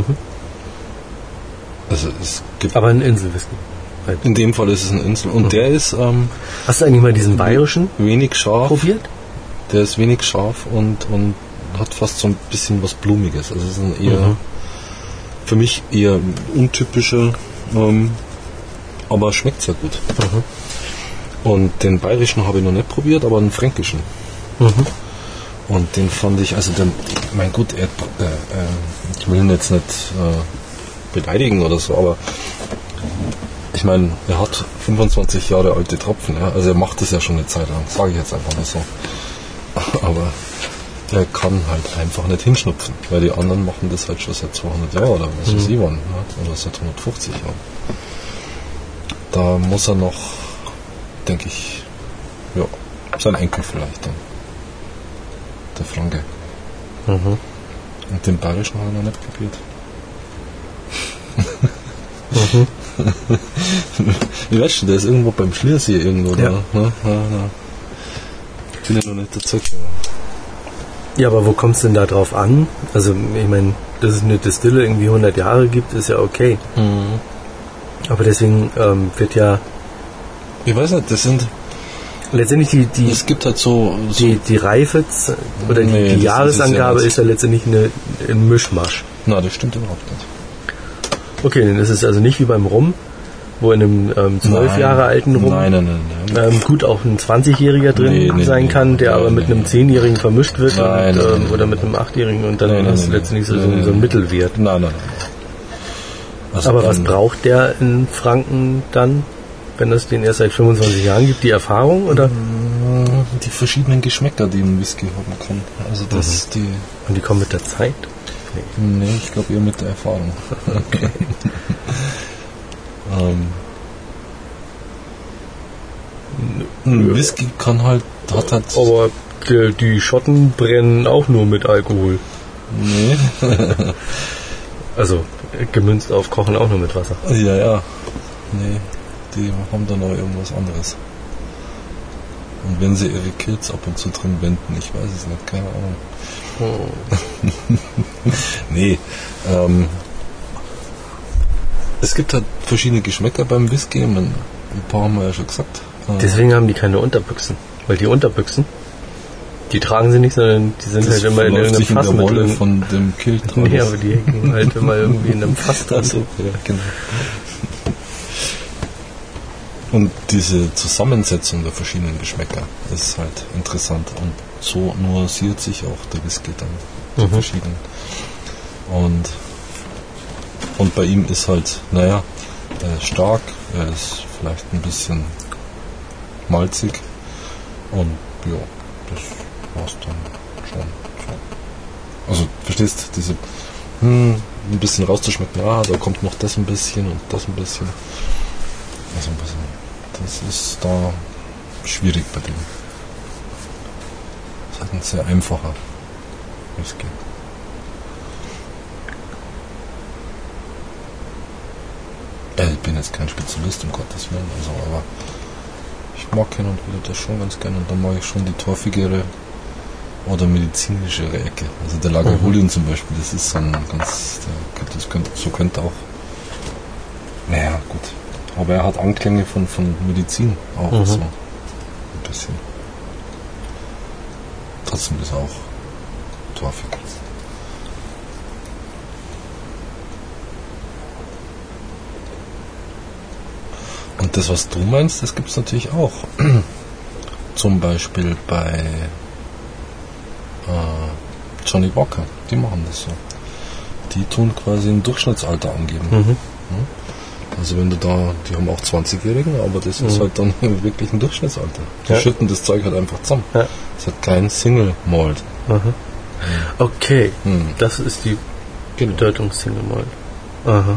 Also es gibt. aber ein Inselwhisky. Halt. In dem Fall ist es eine Insel. Und der ist Hast du eigentlich mal diesen bayerischen wenig scharf. probiert? Der ist wenig scharf und hat fast so ein bisschen was Blumiges. Also es ist ein eher für mich eher untypischer, aber schmeckt sehr gut. Und den bayerischen habe ich noch nicht probiert, aber den fränkischen. Und den fand ich, also mein Gott, ich will ihn jetzt nicht beleidigen oder so, aber ich meine, er hat 25 Jahre alte Tropfen, ja? Also er macht das ja schon eine Zeit lang, sage ich jetzt einfach mal so. Aber er kann halt einfach nicht hinschnupfen, weil die anderen machen das halt schon seit 200 Jahren oder was weiß ich wann, ja? Oder seit 150 Jahren. Da muss er noch, denke ich, ja, sein Enkel vielleicht dann. Der Franke. Und den bayerischen habe ich noch nicht probiert. Wie weißt du, der ist irgendwo beim Schliersee irgendwo Ja. da. Ne? Ja. Bin ja noch nicht dazu gekommen. Ja, aber wo kommt es denn da drauf an? Also, ich meine, dass es eine Distille irgendwie 100 Jahre gibt, ist ja okay. Aber deswegen wird ja Ich weiß nicht, das sind. letztendlich Es gibt halt so. die Reife oder Nee, die das Jahresangabe ist ist ja letztendlich ein Mischmasch. Na, das stimmt überhaupt nicht. Okay, dann ist es also nicht wie beim Rum, wo in einem 12 Jahre alten Rum Nein. gut auch ein 20-Jähriger drin sein kann, der aber mit einem 10-Jährigen vermischt wird oder mit einem 8-Jährigen und dann hast du letztendlich so einen Mittelwert. Nein. Also Aber was braucht der in Franken dann, wenn es den erst seit 25 Jahren gibt? Die Erfahrung oder? Die verschiedenen Geschmäcker, die ein Whisky haben kann. Also das die. Und die kommen mit der Zeit? Nee, ich glaube eher mit der Erfahrung. Okay. Ein Whisky hat halt. Aber die Schotten brennen auch nur mit Alkohol. Nee. Also gemünzt auf Kochen auch nur mit Wasser. Ja. Nee, die haben da noch irgendwas anderes. Und wenn sie ihre Kills ab und zu drin wenden, ich weiß es nicht, keine Ahnung. Nee, es gibt halt verschiedene Geschmäcker beim Whisky, ein paar haben wir ja schon gesagt. Deswegen haben die keine Unterbüchsen. Weil die Unterbüchsen, die tragen sie nicht, sondern die sind halt immer in irgendeinem Fass in der Wolle mit von dem Kill dran. Nee, aber die hängen halt immer irgendwie in einem Fass dran. Also, ja, genau. Und diese Zusammensetzung der verschiedenen Geschmäcker ist halt interessant. Und so nuanciert sich auch der Whisky dann zu verschiedenen. Und bei ihm ist halt, er ist stark, er ist vielleicht ein bisschen malzig und ja, das war's dann schon. Also, verstehst du, diese ein bisschen rauszuschmecken, da kommt noch das ein bisschen und das ein bisschen. Also ein bisschen. Das ist da schwierig bei dem. Das ist halt ein sehr einfacher Whisky. Ich bin jetzt kein Spezialist, um Gottes Willen, also, aber ich mag hin und wieder das schon ganz gerne und dann mag ich schon die torfigere oder medizinischere Ecke. Also der Lagavulin zum Beispiel, das ist so ein ganz, so könnte auch, naja, gut. Aber er hat Anklänge von Medizin auch so. Ein bisschen. Trotzdem ist er auch torfig. Und das, was du meinst, das gibt es natürlich auch. Zum Beispiel bei Johnny Walker. Die machen das so. Die tun quasi ein Durchschnittsalter angeben. Also wenn du da, die haben auch 20-Jährigen, aber das ist halt dann wirklich ein Durchschnittsalter. Die schütten das Zeug halt einfach zusammen. Ja. Es hat kein Single Malt. Okay, das ist die Bedeutung Single Malt. Aha.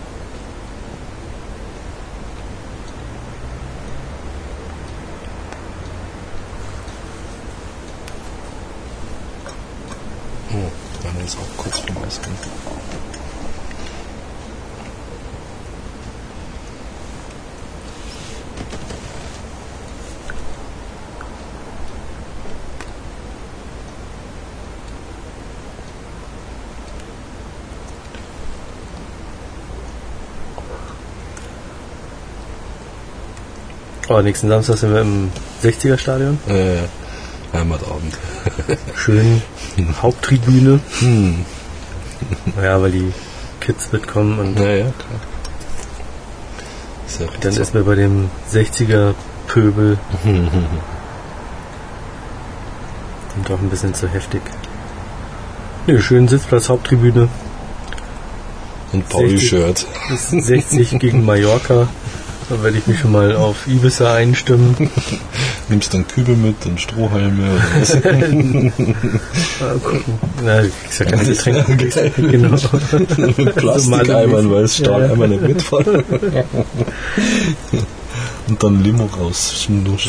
Dann ist auch kurz vom Eiscreme. Oh, nächsten Samstag sind wir im 60er-Stadion. Heimatabend. Schön Haupttribüne. Ja, weil die Kids mitkommen. Und ja, klar. Dann ist mir bei dem 60er-Pöbel doch ein bisschen zu heftig. Ne, schön Sitzplatz, Haupttribüne. Und Pauli-Shirt. 60 gegen Mallorca. Da werde ich mich schon mal auf Ibiza einstimmen. Nimmst dann Kübel mit und Strohhalme oder was? Na, du kriegst ja keine Getränke. Genau. Mit Plastikeimern, weil es Stahleimer nicht mitfahren. Und dann Limo raus.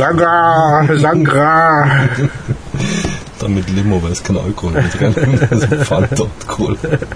Sangra! Dann mit Limo, weil es kein Alkohol mit rein. Also Fanta und Cola.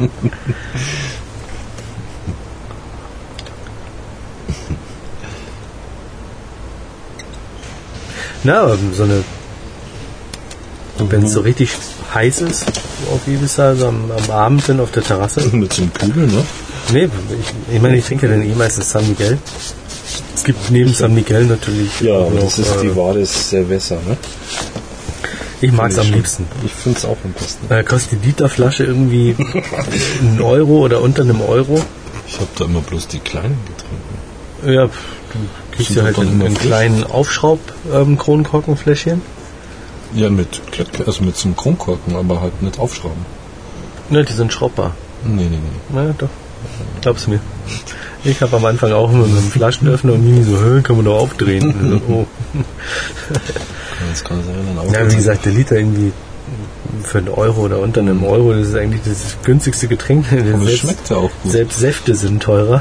Na, so eine, wenn es so richtig heiß ist auf Ibiza, so am Abend dann auf der Terrasse. Mit so einem Kübel, ne? Nee, ich meine, ich trinke ja dann meistens San Miguel. Es gibt neben San Miguel natürlich. Ja, aber das ist die wahre Cerveza, ne? Ich mag es am liebsten. Ich finde es auch am besten. Kostet die Literflasche irgendwie 1 Euro oder unter einem Euro. Ich habe da immer bloß die kleinen getrunken. Ja, du kriegst ja halt einen kleinen Aufschraub-Kronkorkenfläschchen. Ja, mit so einem Kronkorken, aber halt nicht aufschrauben. Ne, die sind schraubbar. Nee. Na doch, glaub's mir. Ich habe am Anfang auch immer so einen Flaschenöffner und Mimi so, kann man doch aufdrehen. Und so, oh. Das kann sein, dann auch. Ja, wie gesagt, der Liter irgendwie für 1 Euro oder unter einem Euro, das ist eigentlich das günstigste Getränk. Aber es schmeckt ja auch gut. Selbst Säfte sind teurer.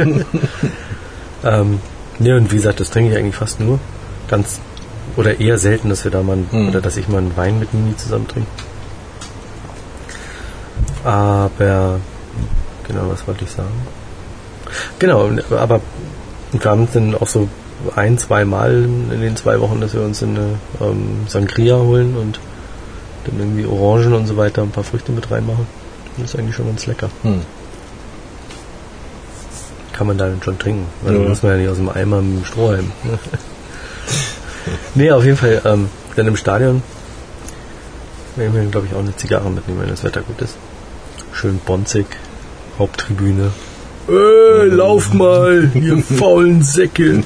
Ne, und wie gesagt, das trinke ich eigentlich fast nur. Oder eher selten, dass wir da mal, oder dass ich mal einen Wein mit Mimi zusammen trinke. Aber, genau, was wollte ich sagen? Genau, aber wir haben dann auch so 1-2 Mal in den 2 Wochen, dass wir uns eine Sangria holen und dann irgendwie Orangen und so weiter, ein paar Früchte mit reinmachen. Das ist eigentlich schon ganz lecker. Kann man da dann schon trinken. Weil dann muss man ja nicht aus dem Eimer mit dem Strohhalm. Nee, auf jeden Fall, dann im Stadion werden wir, glaube ich, auch eine Zigarre mitnehmen, wenn das Wetter gut ist. Schön bonzig, Haupttribüne. Lauf mal, ihr faulen Säcke.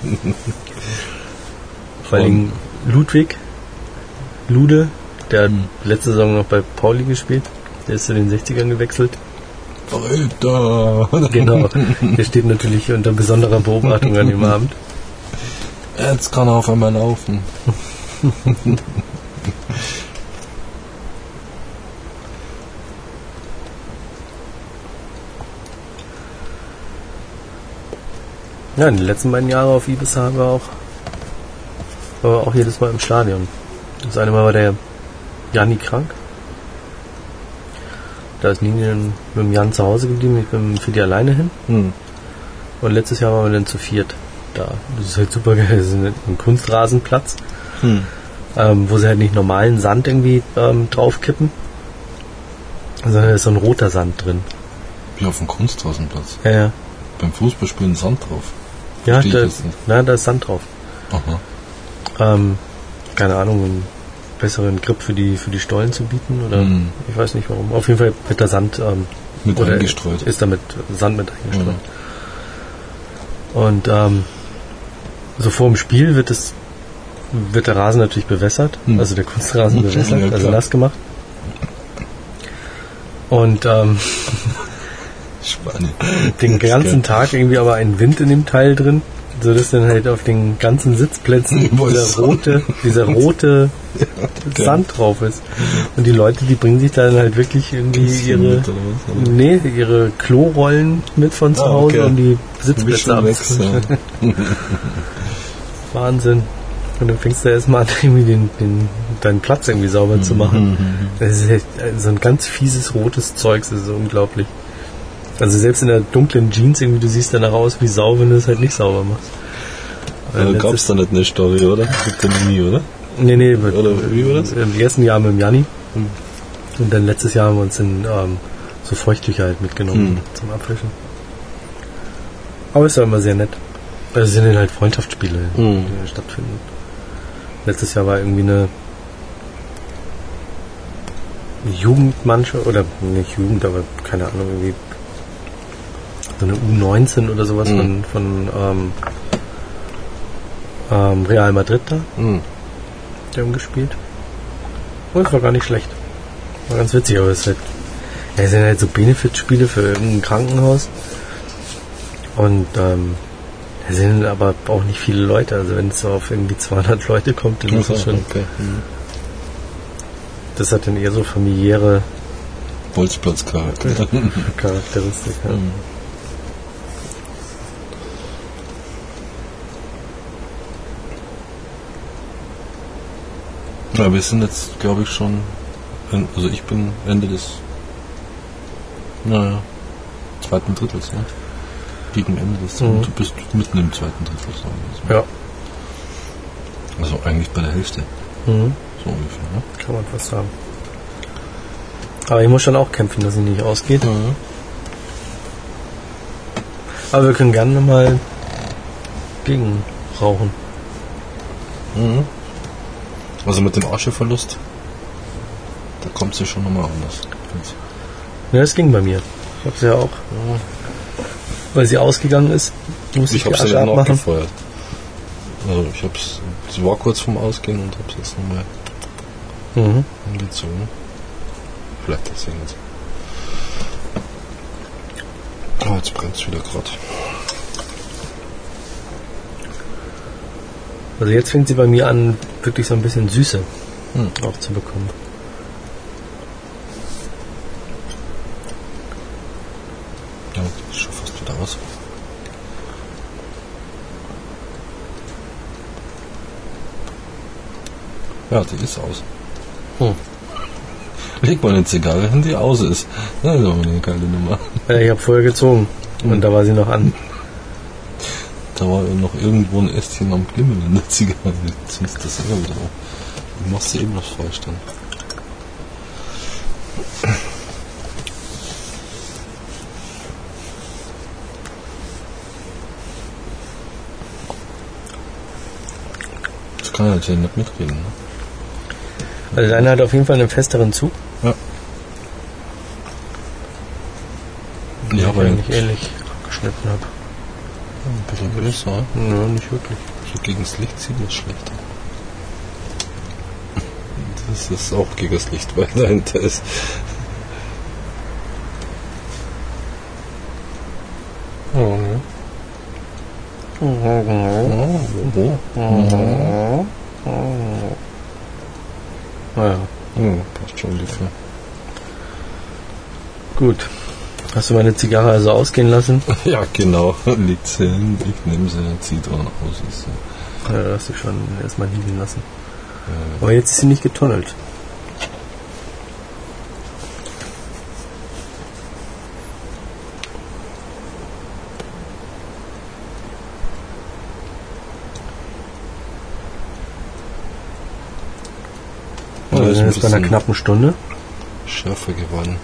Vor allem Lude, der hat letzte Saison noch bei Pauli gespielt. Der ist zu den 60ern gewechselt. Alter! Genau, der steht natürlich unter besonderer Beobachtung an dem Abend. Jetzt kann er auf einmal laufen. Ja, in den letzten beiden Jahren auf Ibiza waren wir auch jedes Mal im Stadion. Das eine Mal war der Janni krank. Da ist Nini mit dem Jan zu Hause geblieben, ich bin für die alleine hin. Und letztes Jahr waren wir dann zu 4 da. Das ist halt super geil. Das ist ein Kunstrasenplatz, wo sie halt nicht normalen Sand irgendwie draufkippen, sondern da ist so ein roter Sand drin. Wie auf dem Kunstrasenplatz? Ja. Beim Fußballspielen Sand drauf? Ja, da ist Sand drauf. Aha. Keine Ahnung, einen besseren Grip für die Stollen zu bieten oder ich weiß nicht warum. Auf jeden Fall wird der Sand mit eingestreut. Ist damit Sand mit eingestreut. Und so vor dem Spiel wird der Rasen natürlich bewässert, also der Kunstrasen bewässert, also nass gemacht. Und Den ganzen Tag irgendwie aber ein Wind in dem Teil drin, so dass dann halt auf den ganzen Sitzplätzen dieser rote Sand drauf ist. Und die Leute, die bringen sich dann halt wirklich irgendwie ihre Klorollen mit von zu Hause, um die Sitzplätze abzuwischen. Wahnsinn. Und dann fängst du erstmal an, irgendwie deinen Platz irgendwie sauber zu machen. Das ist echt so ein ganz fieses rotes Zeug, das ist so unglaublich. Also selbst in der dunklen Jeans irgendwie, du siehst danach aus wie Sau, wenn du es halt nicht sauber machst. Gab es da nicht eine Story, oder? Gibt es nie, oder? Nee. Oder wie war das? Im ersten Jahr mit dem Janni. Und dann letztes Jahr haben wir uns so Feuchttücher halt mitgenommen zum Abwischen. Aber ist ja immer sehr nett. Also es sind dann halt Freundschaftsspiele, die stattfinden. Letztes Jahr war irgendwie eine Jugendmannschaft, oder nicht Jugend, aber keine Ahnung, irgendwie so eine U19 oder sowas von Real Madrid da. Die haben gespielt. Und es war gar nicht schlecht. War ganz witzig, aber es sind halt so Benefit-Spiele für irgendein Krankenhaus. Und da sind aber auch nicht viele Leute. Also wenn es so auf irgendwie 200 Leute kommt, dann ist das schon... Okay. Das hat dann eher so familiäre Bolzplatz-Charakteristik. Ja. Ja, wir sind jetzt, glaube ich, schon... Also ich bin Ende des... zweiten Drittels, ne? Gegen Ende des dritten. Du bist mitten im zweiten Drittel. So. Ja. Also eigentlich bei der Hälfte. So ungefähr, ne? Kann man fast sagen. Aber ich muss schon auch kämpfen, dass es nicht ausgeht. Aber wir können gerne nochmal gegen rauchen. Also mit dem Ascheverlust, da kommt sie schon nochmal anders. Ja, das ging bei mir. Ich hab's ja auch. Weil sie ausgegangen ist, musste ich die Asche abmachen. Nachgefeuert. Also sie war kurz vorm Ausgehen und hab's jetzt nochmal angezogen. Vielleicht deswegen jetzt. Oh, jetzt brennt es wieder gerade. Also jetzt fängt sie bei mir an, wirklich so ein bisschen Süße auch zu bekommen. Ja, das ist schon fast wieder aus. Ja, die ist aus. Leg mal eine Zigarre hin, die aus ist. Das ist aber eine geile Nummer. Ja, ich habe vorher gezogen und da war sie noch an. Da war noch irgendwo ein Ästchen am Glimmen in der Zigarre. Jetzt ist das immer wieder auf. Du machst dir eben was falsch dann. Das kann er natürlich nicht mitreden, ne? Also der eine hat auf jeden Fall einen festeren Zug. Ja. Ja, aber ich ähnlich geschnitten habe. Ein bisschen größer. Ja, nicht wirklich. So gegen das Licht sieht man schlechter. Das ist auch gegen das Licht, weil dahinter ist. Oh, ne? Naja. Passt schon ungefähr. Gut. Hast du meine Zigarre also ausgehen lassen? Ja, genau. Liegt sie hin, ich nehme sie, ziehe dran aus. Ja, da hast du schon erstmal liegen lassen. Aber jetzt ist sie nicht getunnelt. Wir sind jetzt bei einer knappen Stunde. Schärfer geworden.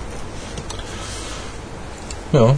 Ja.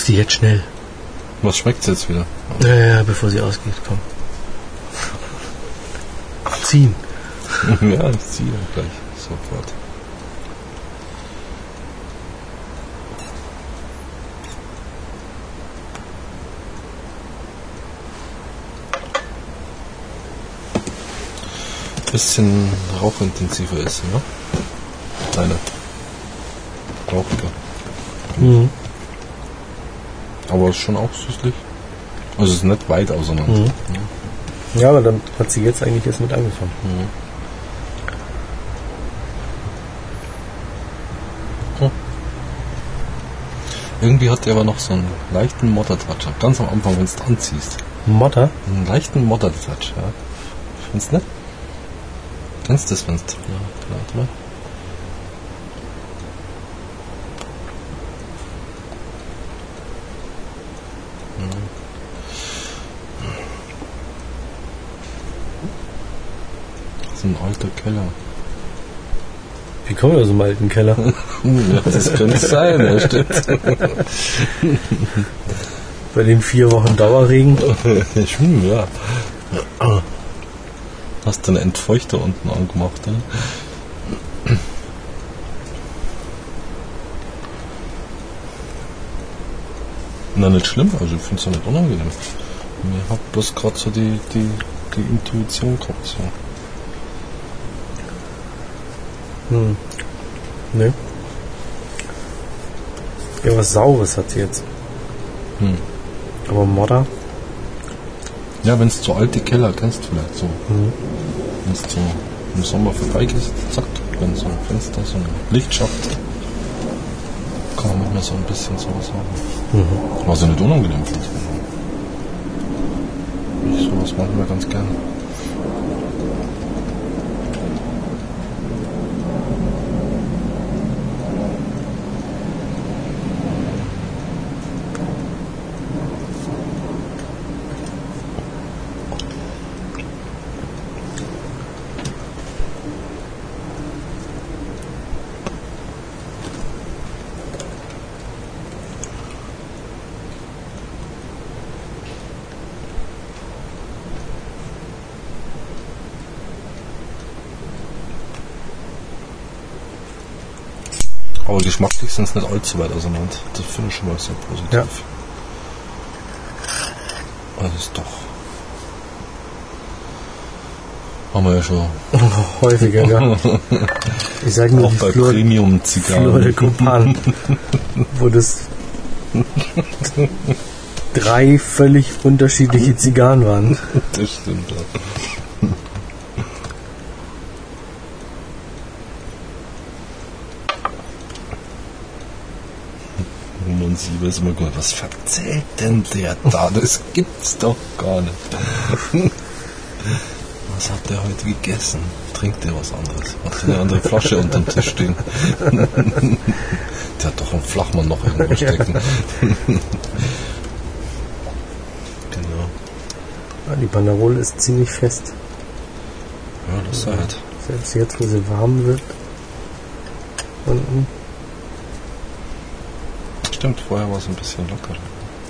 die jetzt schnell. Was schmeckt's jetzt wieder? Ja, bevor sie ausgeht, komm. Ziehen. Ja, ich ziehe gleich sofort. Bisschen rauchintensiver ist, ne? Deine. Rauchiger. Mhm. Aber ist schon auch süßlich. Also es ist nicht weit auseinander. Mhm. Ja, aber dann hat sie jetzt eigentlich erst mit angefangen. Mhm. Irgendwie hat der aber noch so einen leichten Modder-Touch. Ganz am Anfang, wenn du es anziehst. Modder? Einen leichten Modder-Touch, ja. Findest du nicht? Kennst du das, wenn es... Ja, warte mal. Das ist ein alter Keller. Wie kommen wir aus dem alten Keller? Ja, das könnte sein, ja, stimmt. Bei den 4 Wochen Dauerregen. Ja. Hast du einen Entfeuchter unten angemacht, ja? Na, nicht schlimm, also ich finde es ja nicht unangenehm. Ich habe bloß gerade so die Intuition gehabt. So. Ne. Ja, was Saures hat sie jetzt. Aber Modder? Ja, wenn es so alte Keller kennst du vielleicht so. Wenn es so im Sommer vorbeigehst, zack, wenn so ein Fenster, so ein Lichtschacht, kann man manchmal so ein bisschen sowas haben. Was ich nicht unangenehm finde. Ich sowas manchmal ganz gerne. Aber geschmacklich sind es nicht allzu weit auseinander. Das finde ich schon mal sehr positiv. Ja. Also ist doch. Haben wir ja schon. Häufiger, ja. Ich sage nur auch die bei Flor Premium-Zigarren. de Copan, wo das 3 völlig unterschiedliche Zigarren waren. Das stimmt auch. Und sie weiß immer gut, was verzählt denn der da? Das gibt's doch gar nicht. Was hat der heute gegessen? Trinkt der was anderes? Hat der eine andere Flasche unter dem Tisch stehen? Der hat doch einen Flachmann noch irgendwo stecken. Genau. Ja, die Banderole ist ziemlich fest. Ja, das ist halt. Selbst jetzt, wo sie warm wird. Unten. Stimmt, vorher war es ein bisschen lockerer. Ja.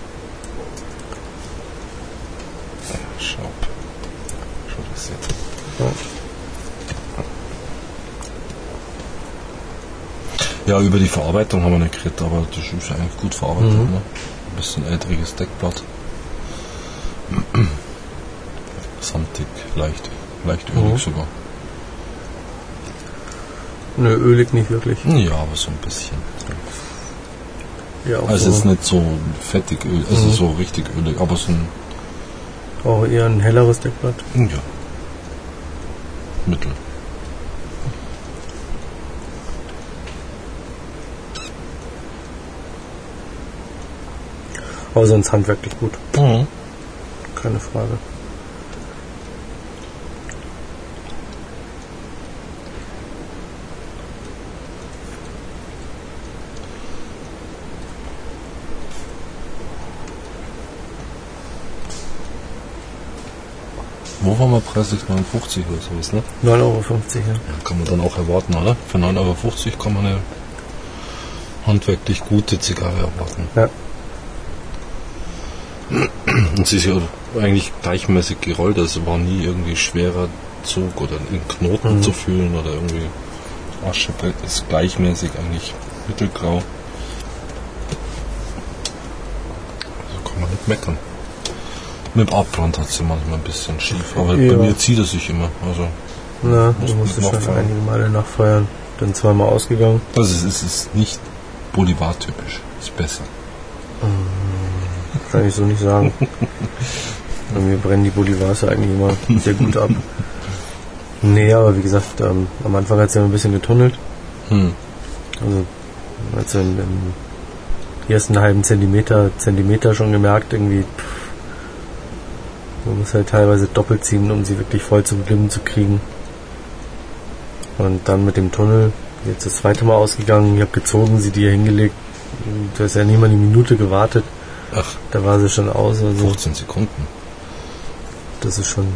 Ja, schau. Schau das jetzt. Ja, über die Verarbeitung haben wir nicht geredet, aber das ist eigentlich gut verarbeitet. Ne? Ein bisschen älteriges Deckblatt. Samtig, leicht ölig sogar. Nö, ölig nicht wirklich. Ja, aber so ein bisschen. Ja, auch Also so, es ist nicht so fettig Öl, also so richtig ölig, aber so ein... auch eher ein helleres Deckblatt. Ja. Mittel. Aber sonst handwerklich gut. Mhm. Keine Frage. Wo waren wir preislich? 59 oder sowas, ne? 9,50 Euro, ja. Ja, kann man dann auch erwarten, oder? Für 9,50 Euro kann man eine handwerklich gute Zigarre erwarten. Ja. Und sie ist ja eigentlich gleichmäßig gerollt, also war nie irgendwie schwerer Zug oder in Knoten zu fühlen oder irgendwie Aschebrett ist gleichmäßig eigentlich mittelgrau. Also kann man nicht meckern. Mit dem Abbrand hat sie manchmal ein bisschen schief, aber bei mir zieht er sich immer. Also na, du musst schon einige Male nachfeuern, dann zweimal ausgegangen. Also es ist nicht Bolivar-typisch, ist besser. Kann ich so nicht sagen. Bei mir brennen die Bolivars eigentlich immer sehr gut ab. Nee, aber wie gesagt, am Anfang hat es ja ein bisschen getunnelt. Also, als im ersten halben Zentimeter schon gemerkt, irgendwie, man muss halt teilweise doppelt ziehen, um sie wirklich voll zum Glimmen zu kriegen. Und dann mit dem Tunnel, jetzt das zweite Mal ausgegangen, ich habe gezogen, sie dir hingelegt. Du hast ja nicht mal eine Minute gewartet. Ach, da war sie schon aus. Also 15 Sekunden. Das ist schon...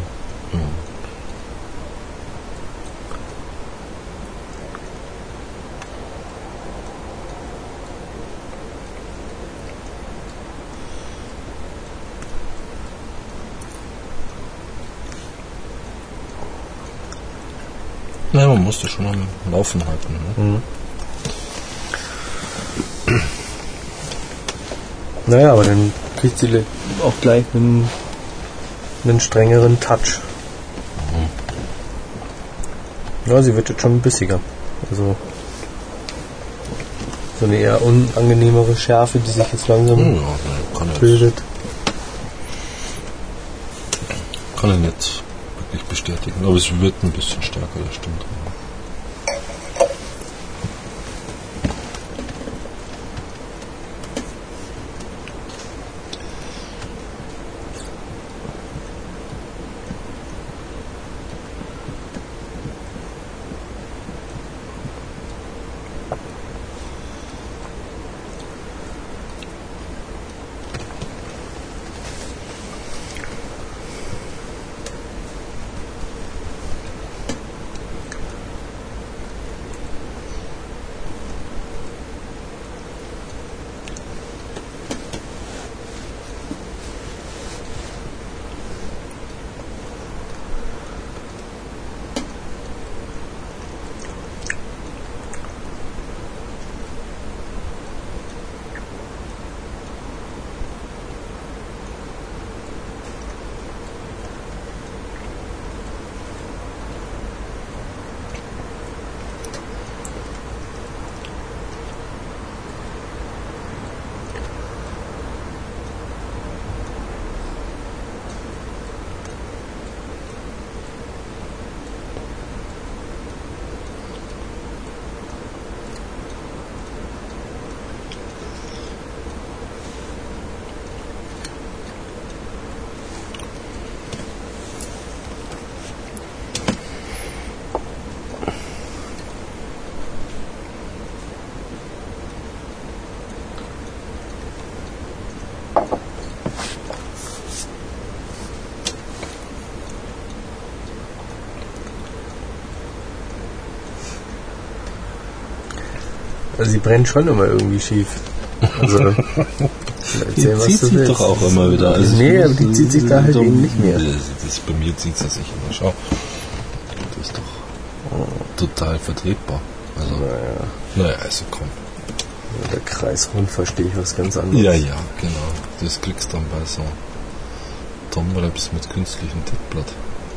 Ja, man musste schon am Laufen halten. Ne? Naja, aber dann kriegt sie auch gleich einen strengeren Touch. Ja, sie wird jetzt schon bissiger. Also so eine eher unangenehmere Schärfe, die sich jetzt langsam bildet. Kann ich nicht wirklich bestätigen, aber es wird ein bisschen stärker, das stimmt. Also sie brennt schon immer irgendwie schief. Also die zieht sich doch auch immer wieder. Also nee, aber die zieht sich da halt eben nicht mehr. Bei mir zieht sie sich immer. Schau. Das ist doch total vertretbar. Also, naja, also komm. Der Kreisrund verstehe ich was ganz anderes. Ja, genau. Das kriegst du dann bei so Tomraps mit künstlichem Deckblatt.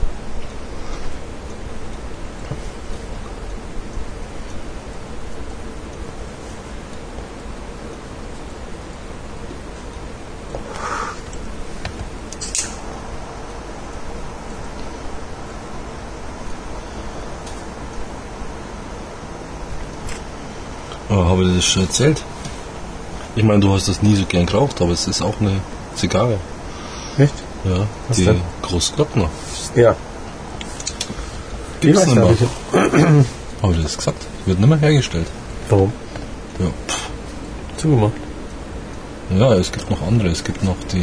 Oh, habe ich das schon erzählt? Ich meine, du hast das nie so gern geraucht, aber es ist auch eine Zigarre. Echt? Ja, was die denn? Großglockner. Ja. Gibt's nicht mehr. Habe ich das gesagt? Wird nicht mehr hergestellt. Warum? Ja. Zugemacht. Ja, es gibt noch andere. Es gibt noch die,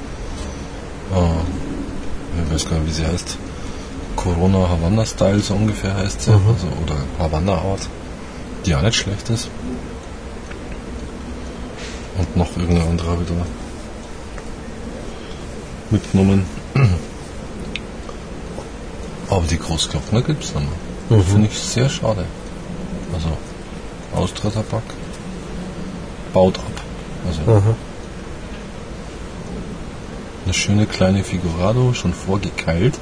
ich weiß gar nicht, wie sie heißt. Corona Havanna Style, so ungefähr heißt sie. Also, oder Havanna Art. Die auch nicht schlecht ist. Und noch irgendeine andere habe ich da. mitgenommen. Aber die Großglockner gibt es nicht mehr. Finde ich sehr schade. Also Austria Tabak baut ab. Also eine schöne kleine Figurado, schon vorgekeilt.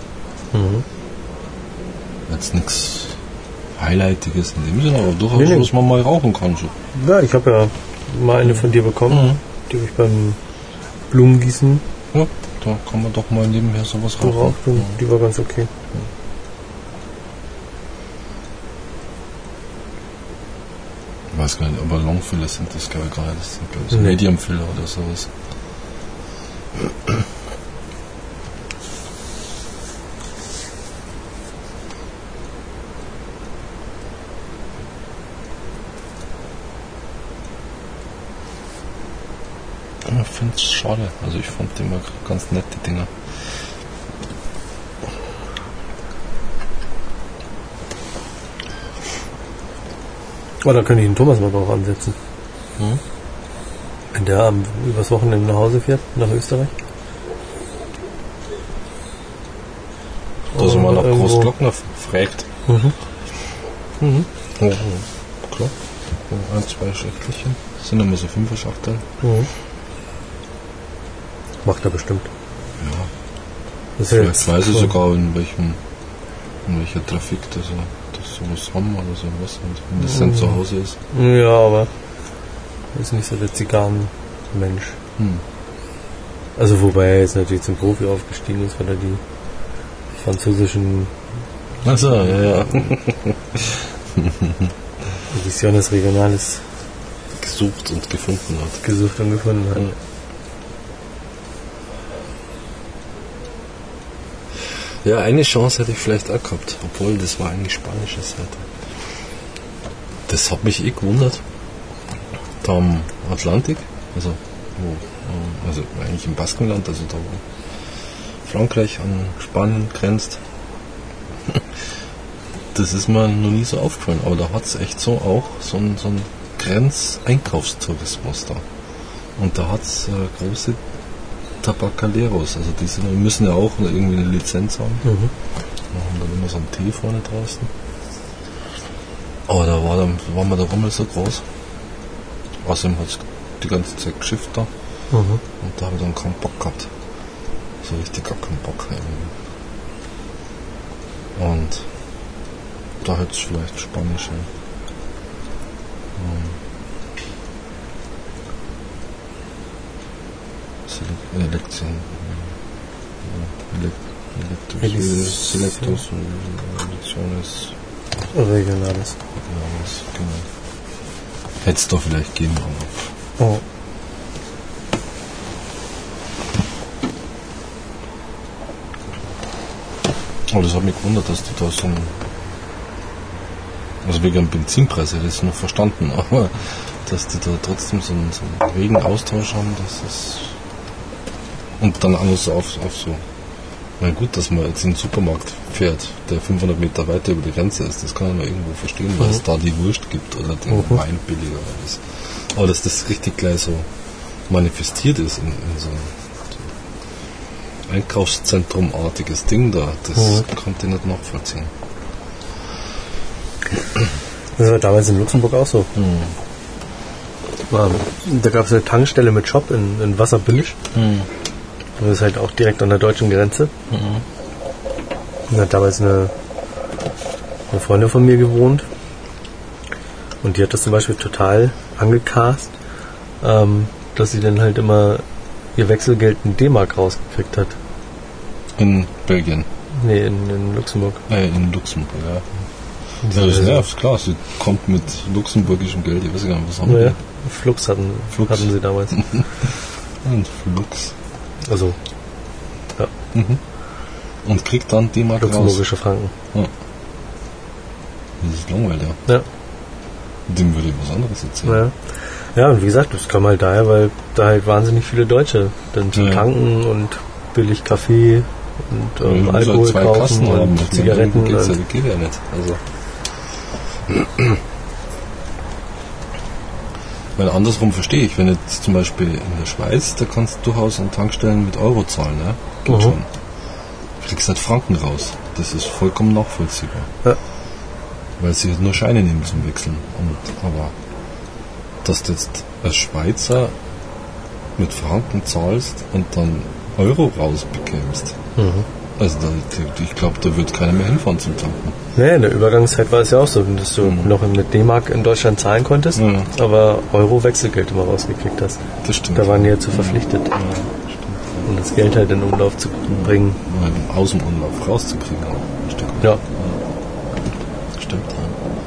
Jetzt nichts Highlightiges in dem Sinne, aber durchaus, was man mal rauchen kann. So. Ja, ich habe ja mal eine von dir bekommen, die habe ich beim Blumengießen Ja, da kann man doch mal nebenher sowas rauchen. geraucht und die war ganz okay. Ich weiß gar nicht, aber Longfiller sind das glaube ich gar nicht. Das sind glaube ich so Nee. Mediumfiller oder sowas. Ich finde es schade. Also ich fand die immer ganz nett, die Dinger. Oh, da könnte ich den Thomas mal drauf ansetzen. Wenn der übers Wochenende nach Hause fährt, nach Österreich. Dass er mal nach irgendwo- Großglockner fragt. Ja, klar. So 1, 2 Schächtelchen. Das sind immer so 5er Schachteln. Macht er bestimmt. Ja. Das ist ja Vielleicht jetzt weiß ich so- sogar, in welcher Trafik das sowas haben oder sowas. Und wenn das dann zu Hause ist. Ja, aber ist nicht so der Zigarrenmensch. Also wobei er jetzt natürlich zum Profi aufgestiegen ist, weil er die französischen Achso, ja. Ediciones Regionales Gesucht und gefunden hat. gesucht und gefunden hat. Ja, eine Chance hätte ich vielleicht auch gehabt, obwohl das war eigentlich spanische Seite. Das hat mich gewundert. Da am Atlantik, also eigentlich im Baskenland, also da wo Frankreich an Spanien grenzt. Das ist mir noch nie so aufgefallen, aber da hat es echt so auch so einen Grenzeinkaufstourismus da. Und da hat es große Tabacaleros, also die müssen ja auch irgendwie eine Lizenz haben. Da haben dann immer so einen Tee vorne draußen. Aber da war mir der Rummel so groß. Außerdem hat es die ganze Zeit geschifft da. Und da habe ich dann keinen Bock gehabt. So richtig gar keinen Bock irgendwie. Und da hätte es vielleicht spanische Selectos Ediciones Regionales. genau. Hätte es doch vielleicht geben, aber Oh. aber das hat mich gewundert, dass die da so also wegen dem Benzinpreis hätte ich es noch verstanden, aber dass die da trotzdem so einen regen Austausch haben, das ist und dann alles so auf so na gut, dass man jetzt in den Supermarkt fährt, der 500 Meter weiter über die Grenze ist, das kann man irgendwo verstehen, weil es da die Wurst gibt oder den Wein billiger oder was. Aber dass das richtig gleich so manifestiert ist in so ein Einkaufszentrumartiges Ding da, das konnte ich nicht nachvollziehen. Das war damals in Luxemburg auch so. Da gab es eine Tankstelle mit Shop in Wasserbillig. Das ist halt auch direkt an der deutschen Grenze. Da hat damals eine Freundin von mir gewohnt. Und die hat das zum Beispiel total angecast, dass sie dann halt immer ihr Wechselgeld in D-Mark rausgekriegt hat. In Belgien. Nee, in Luxemburg. In Luxemburg, ja. Das nervt, klar, sie kommt mit luxemburgischem Geld, ich weiß gar nicht, was haben Naja, die? Flux hatten sie damals. Und Flux. Also, ja, Und kriegt dann D-Mark raus. luxemburgische Franken. Das ist langweilig, ja. Ja. Dem würde ich was anderes erzählen. Ja. Ja, und wie gesagt, das kam halt daher, weil da halt wahnsinnig viele Deutsche dann zum Tanken und billig Kaffee und Ja, Alkohol zwei kaufen Kassen haben, und Zigaretten. Geht's ja, Und geht ja nicht. Also. Weil andersrum verstehe ich, wenn jetzt zum Beispiel in der Schweiz, da kannst du durchaus an Tankstellen mit Euro zahlen, ne? Geht schon. Du kriegst halt Franken raus. Das ist vollkommen nachvollziehbar. Ja. Weil sie nur Scheine nehmen zum Wechseln. Aber dass du jetzt als Schweizer mit Franken zahlst und dann Euro rausbekämst. Also ich glaube, da wird keiner mehr hinfahren zum Tanken. Nee, in der Übergangszeit war es ja auch so, dass du noch mit D-Mark in Deutschland zahlen konntest, aber Euro-Wechselgeld immer rausgekriegt hast. Das stimmt. Da waren die ja zu verpflichtet, Ja, stimmt. um das Geld halt in Umlauf zu bringen. Aus dem Umlauf rauszukriegen auch ein Stück weit. Ja. Stimmt, ja.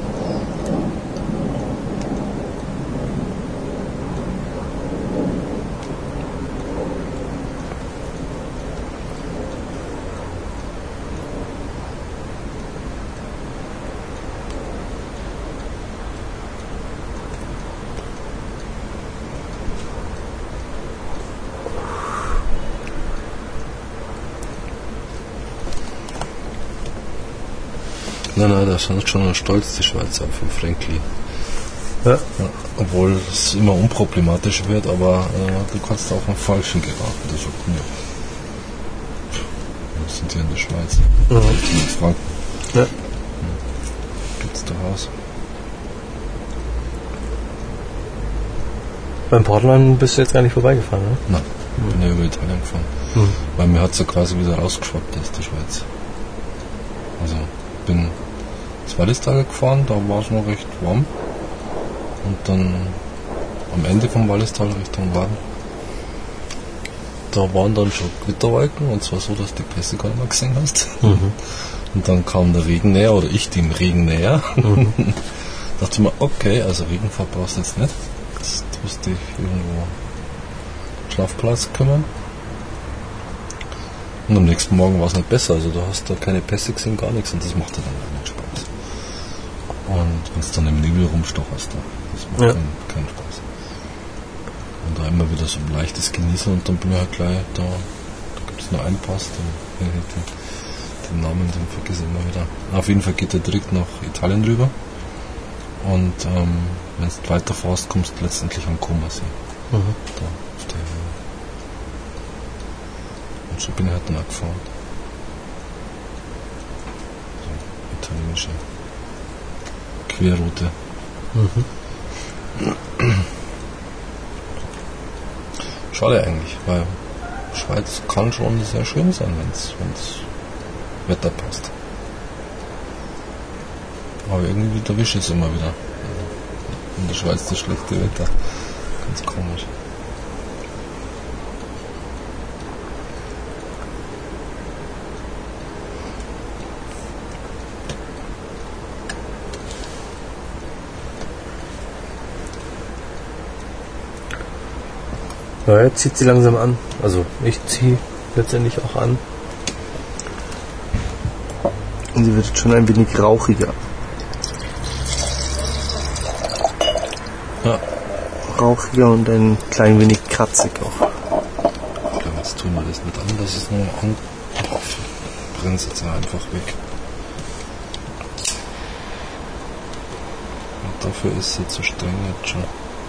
Nein, da sind schon stolz, die Schweizer, auf den Frankli. Ja. Ja, obwohl es immer unproblematischer wird, aber du kannst auch am Falschen geraten. Das ist okay. Wir sind hier in der Schweiz. In Franken. Ja. Gibt's durchaus. Beim Portland bist du jetzt gar nicht vorbeigefahren, ne? Nein, bin ja über Italien gefahren. Weil mir hat es ja quasi wieder rausgeschwappt aus der Schweiz. Also bin 2 Tage gefahren, da war es noch recht warm. Und dann am Ende vom Wallistal Richtung Waden, da waren dann schon Gewitterwolken, und zwar so, dass die Pässe gar nicht mehr gesehen hast. Und dann kam der Regen näher, oder ich dem Regen näher. Dachte mir, okay, also Regenfahrt brauchst du jetzt nicht. Jetzt musste ich irgendwo Schlafplatz kümmern. Und am nächsten Morgen war es nicht besser, also du hast da keine Pässe gesehen, gar nichts, und das macht dann nicht Spaß. Und wenn es dann im Nebel rumstocherst, das macht keinen Spaß. Und da immer wieder so ein leichtes Genießen, und dann bin ich halt gleich da gibt es nur einen Pass, den Namen, den vergesse ich immer wieder. Auf jeden Fall geht der direkt nach Italien rüber, und wenn du weiterfährst, kommst du letztendlich an Comasee. Da auf der Höhe. Und so bin ich halt dann auch gefahren. So, italienische Querroute. Schade eigentlich, weil Schweiz kann schon sehr schön sein, wenn's Wetter passt. Aber irgendwie erwische ich es immer wieder. In der Schweiz das schlechte Wetter. Ganz komisch. Ja, jetzt zieht sie langsam an. Also ich ziehe letztendlich auch an. Und sie wird schon ein wenig rauchiger. Ja. Rauchiger und ein klein wenig kratzig auch. Ich glaube, jetzt tun wir das nicht an, dass es nur an. Brennt es jetzt einfach weg. Und dafür ist sie zu streng jetzt schon.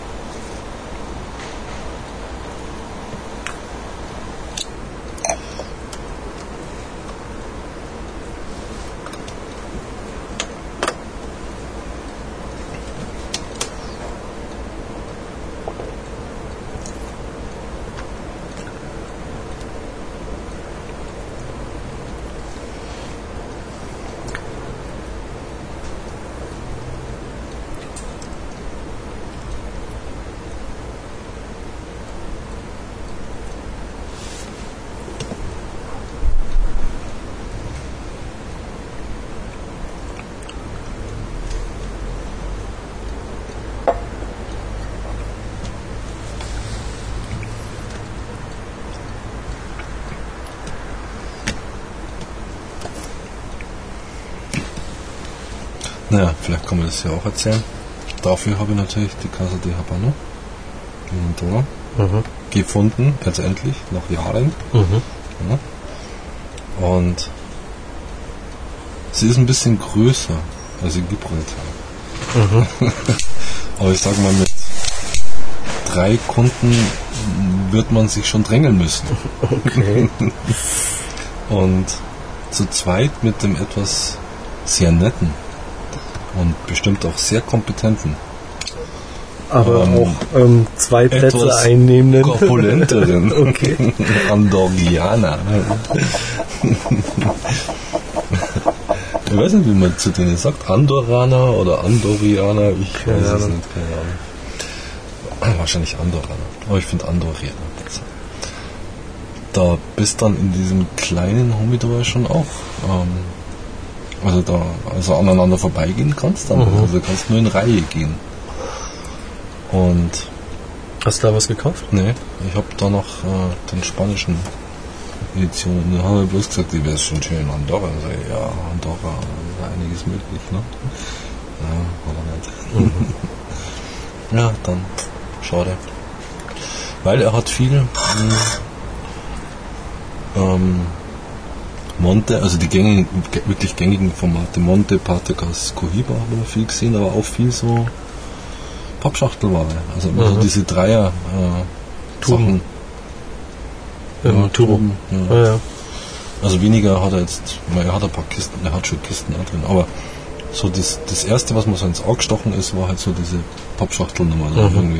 Naja, vielleicht kann man das ja auch erzählen. Dafür habe ich natürlich die Casa de Habano in Donau gefunden, letztendlich, nach Jahren. Ja. Und sie ist ein bisschen größer als in Gibraltar. Aber ich sage mal, mit 3 Kunden wird man sich schon drängeln müssen. Okay. Und zu zweit mit dem etwas sehr netten und bestimmt auch sehr kompetenten, Aber auch 2 Plätze etwas einnehmenden. korpulenteren Okay. Andorianer. Ich weiß nicht, wie man zu denen sagt. Andoraner oder Andorianer. Ich Keine weiß es Ahnung. nicht. Keine Ahnung. Wahrscheinlich Andoraner. Aber ich finde Andorianer besser. Da bist dann in diesem kleinen Humidor schon auch. Also aneinander vorbeigehen kannst dann. Mhm. Also kannst nur in Reihe gehen. Und Hast du da was gekauft? ne, ich habe da noch den spanischen Editionen. Da haben wir bloß gesagt, die wäre schon schön in Andorra. Und sag ich, ja, Andorra, da einiges möglich, ne? Ja, aber nicht. Ja, dann schade. Weil er hat viel Monte, also die wirklich gängigen Formate, Monte, Partagas, Cohiba haben wir viel gesehen, aber auch viel so Pappschachtelware. Also immer so diese Dreier Tuben. Sachen. Turbo. Tuben, ja. Ja, ja. Also weniger hat er jetzt, er hat ein paar Kisten, er hat schon Kisten auch drin, aber so das erste, was mir so ins Auge gestochen ist, war halt so diese Pappschachtelnummer da irgendwie.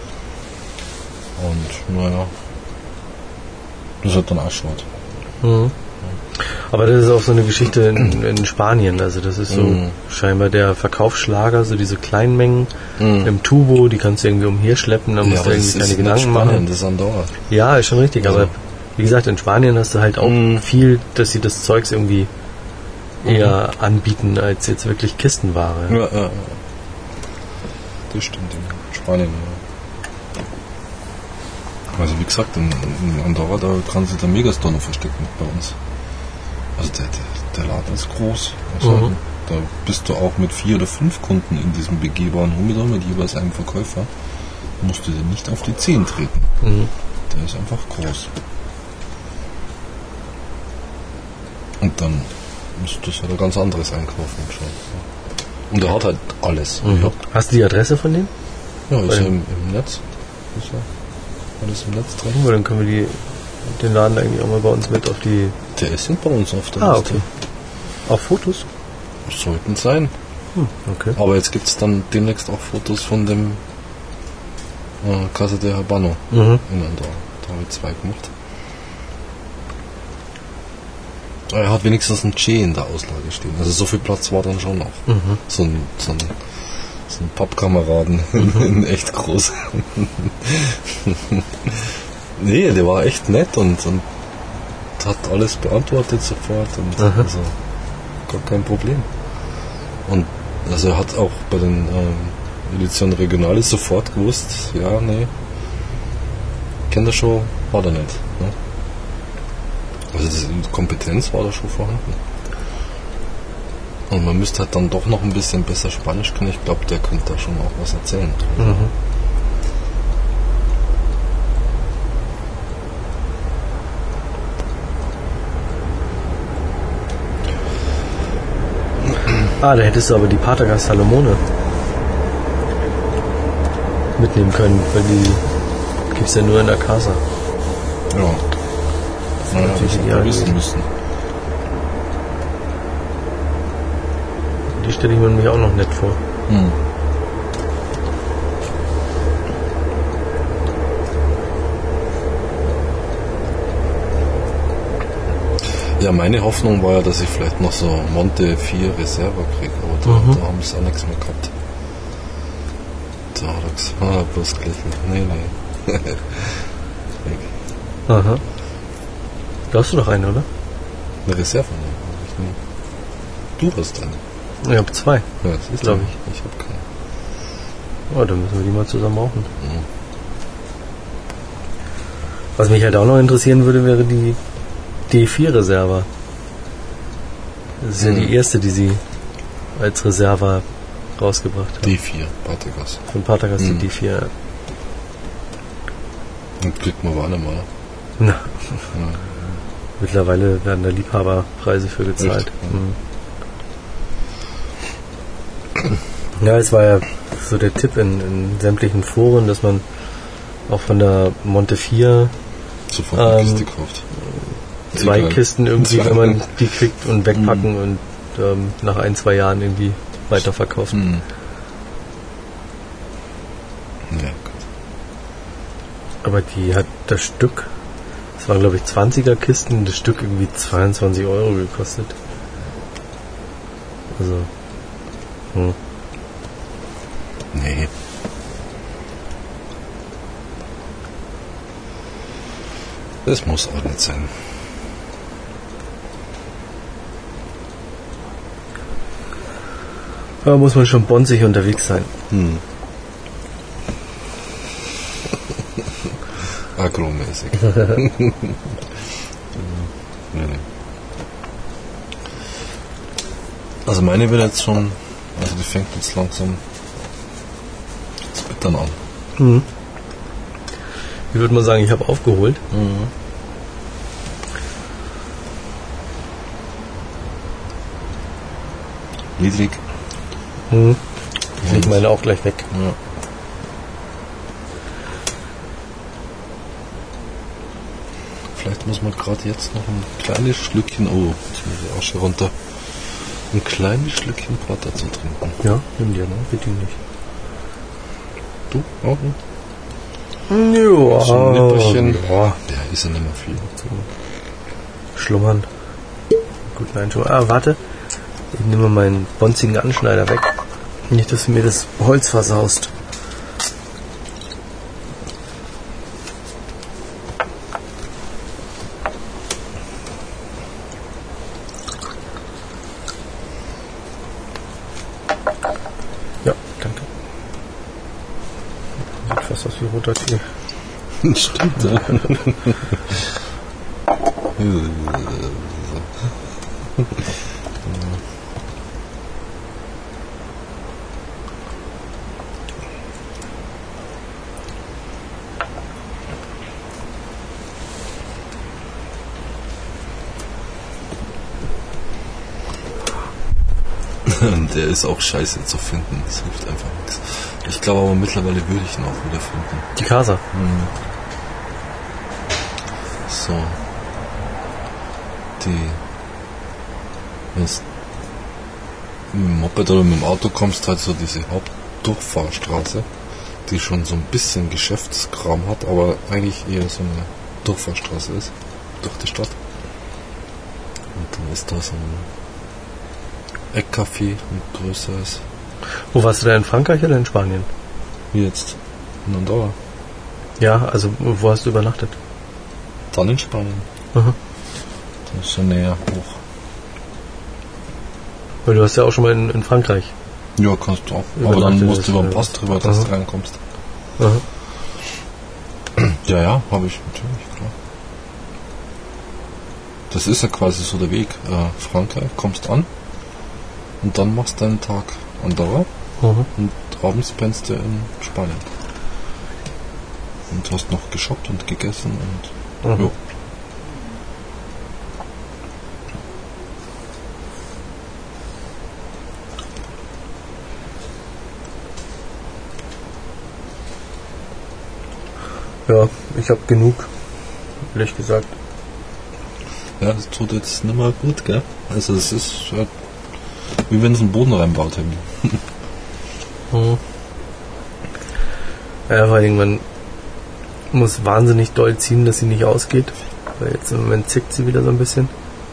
Und naja, das hat dann auch schade. Mhm. Aber das ist auch so eine Geschichte in Spanien. Also das ist so scheinbar der Verkaufsschlager, so diese kleinen Mengen im Turbo, die kannst du irgendwie umherschleppen, da musst du irgendwie keine Gedanken machen. Das ist Andorra. Ja, ist schon richtig, Also. aber wie gesagt, in Spanien hast du halt auch viel, dass sie das Zeugs irgendwie eher anbieten, als jetzt wirklich Kistenware. Ja. Das stimmt, in Spanien, ja. Also wie gesagt, in Andorra, da kann sich der Megastore noch verstecken bei uns. Also der Laden ist groß. Also da bist du auch mit 4 oder 5 Kunden in diesem begehbaren Humidor mit jeweils einem Verkäufer. Musst du dir nicht auf die Zehen treten. Der ist einfach groß. Und dann musst du halt ein ganz anderes einkaufen schon. Und er hat halt alles. Hast du die Adresse von dem? Ja, ist ja im Netz. Ist ja alles im Netz drin. Weil dann können wir den Laden eigentlich auch mal bei uns mit auf die... Der ist bei uns auf der okay. Auf Fotos? Sollten sein. Okay. Aber jetzt gibt es dann demnächst auch Fotos von dem Casa de Habano in Andorra. Da habe ich 2 gemacht. Er hat wenigstens ein Che in der Auslage stehen. Also so viel Platz war dann schon noch. So ein Pappkameraden in echt groß. Nee, der war echt nett und hat alles beantwortet sofort und also gar kein Problem. Und also er hat auch bei den Edition Regionales sofort gewusst, ja, nee, kennt er schon, hat er nicht. Ne? Also die Kompetenz war da schon vorhanden. Und man müsste halt dann doch noch ein bisschen besser Spanisch können. Ich glaube, der könnte da schon auch was erzählen. Da hättest du aber die Partagas Salomone mitnehmen können, weil die gibt es ja nur in der Casa. Ja. Naja, natürlich das hätte ideal man wissen gewesen. müssen. Die stelle ich mir nämlich auch noch nett vor. Ja, meine Hoffnung war ja, dass ich vielleicht noch so Monte 4 Reserva kriege, aber da haben sie auch nichts mehr gehabt. Da hat er gesagt, bloß gelächelt. Nee. Aha. Da hast du doch eine, oder? Eine Reserve? Nee, hab ich nie. Du hast eine. Ich habe 2. Ja, das ist Glaub ich. Ich habe keine. Oh, dann müssen wir die mal zusammen rauchen. Was mich halt auch noch interessieren würde, wäre die D4 Reserva. Das ist ja die erste, die sie als Reserva rausgebracht haben. D4, Partagas. Von Partagas die D4. Und kriegt man aber alle mal. Na. Mittlerweile werden da Liebhaberpreise für gezahlt. Ja, es war ja so der Tipp in sämtlichen Foren, dass man Auch von der Monte 4 sofort eine Kiste gekauft. 2 Egal. Kisten irgendwie, wenn man die kriegt und wegpacken und nach 1-2 Jahren irgendwie weiterverkaufen. Ja, gut. Aber die hat das Stück, das waren glaube ich 20er Kisten, das Stück irgendwie 22 Euro gekostet. Also, Nee. Das muss auch nicht sein. da muss man schon bonzig unterwegs sein. Agromäßig. Nee. Also meine wird jetzt schon, also die fängt jetzt langsam das Bittern an. Ich würde mal sagen, ich habe aufgeholt. Niedrig. Ich leg meine auch gleich weg. Ja. Vielleicht muss man gerade jetzt noch ein kleines Schlückchen, oh, jetzt muss ich auch schon runter, ein kleines Schlückchen Porter zu trinken. Ja, nimm dir, ne? Bitte nicht. Du auch? Ja, So ein Nipperchen. ja. Ja, ist ja nicht mehr viel. Schlummern. Guten Einschub. Warte. Ich nehme mal meinen bonzigen Anschneider weg. Nicht, dass du mir das Holz versaust. Ja, danke. Sieht fast aus wie roter Tee. Stimmt, ja. Der ist auch scheiße zu finden, das hilft einfach nichts. Ich glaube aber mittlerweile würde ich ihn auch wieder finden. Die Casa. So. Wenn du mit dem Moped oder mit dem Auto kommst, halt so diese Hauptdurchfahrstraße, die schon so ein bisschen Geschäftskram hat, aber eigentlich eher so eine Durchfahrstraße ist, durch die Stadt. Und dann ist da so ein Eckcafé, ein größeres. Wo warst du da, in Frankreich oder in Spanien? Wie jetzt? In Andorra. Ja, also wo hast du übernachtet? Dann in Spanien. Aha. Das ist schon näher hoch. Weil du hast ja auch schon mal in Frankreich. Ja, kannst du auch. Aber Übernachtet dann musst ist, du über den Pass drüber, dass du reinkommst. Aha. Ja, habe ich natürlich, klar. Das ist ja quasi so der Weg. Frankreich, kommst an und dann machst du einen Tag Andorra und abends pennst du in Spanien. Und hast noch geshoppt und gegessen und jo. Ja, ich habe genug, ehrlich gesagt. Ja, das tut jetzt nicht mehr gut, gell? Also es ist halt, wie wenn sie einen Boden reinbaut hätten. Ja, vor allem, man muss wahnsinnig doll ziehen, dass sie nicht ausgeht. Weil jetzt im Moment zickt sie wieder so ein bisschen.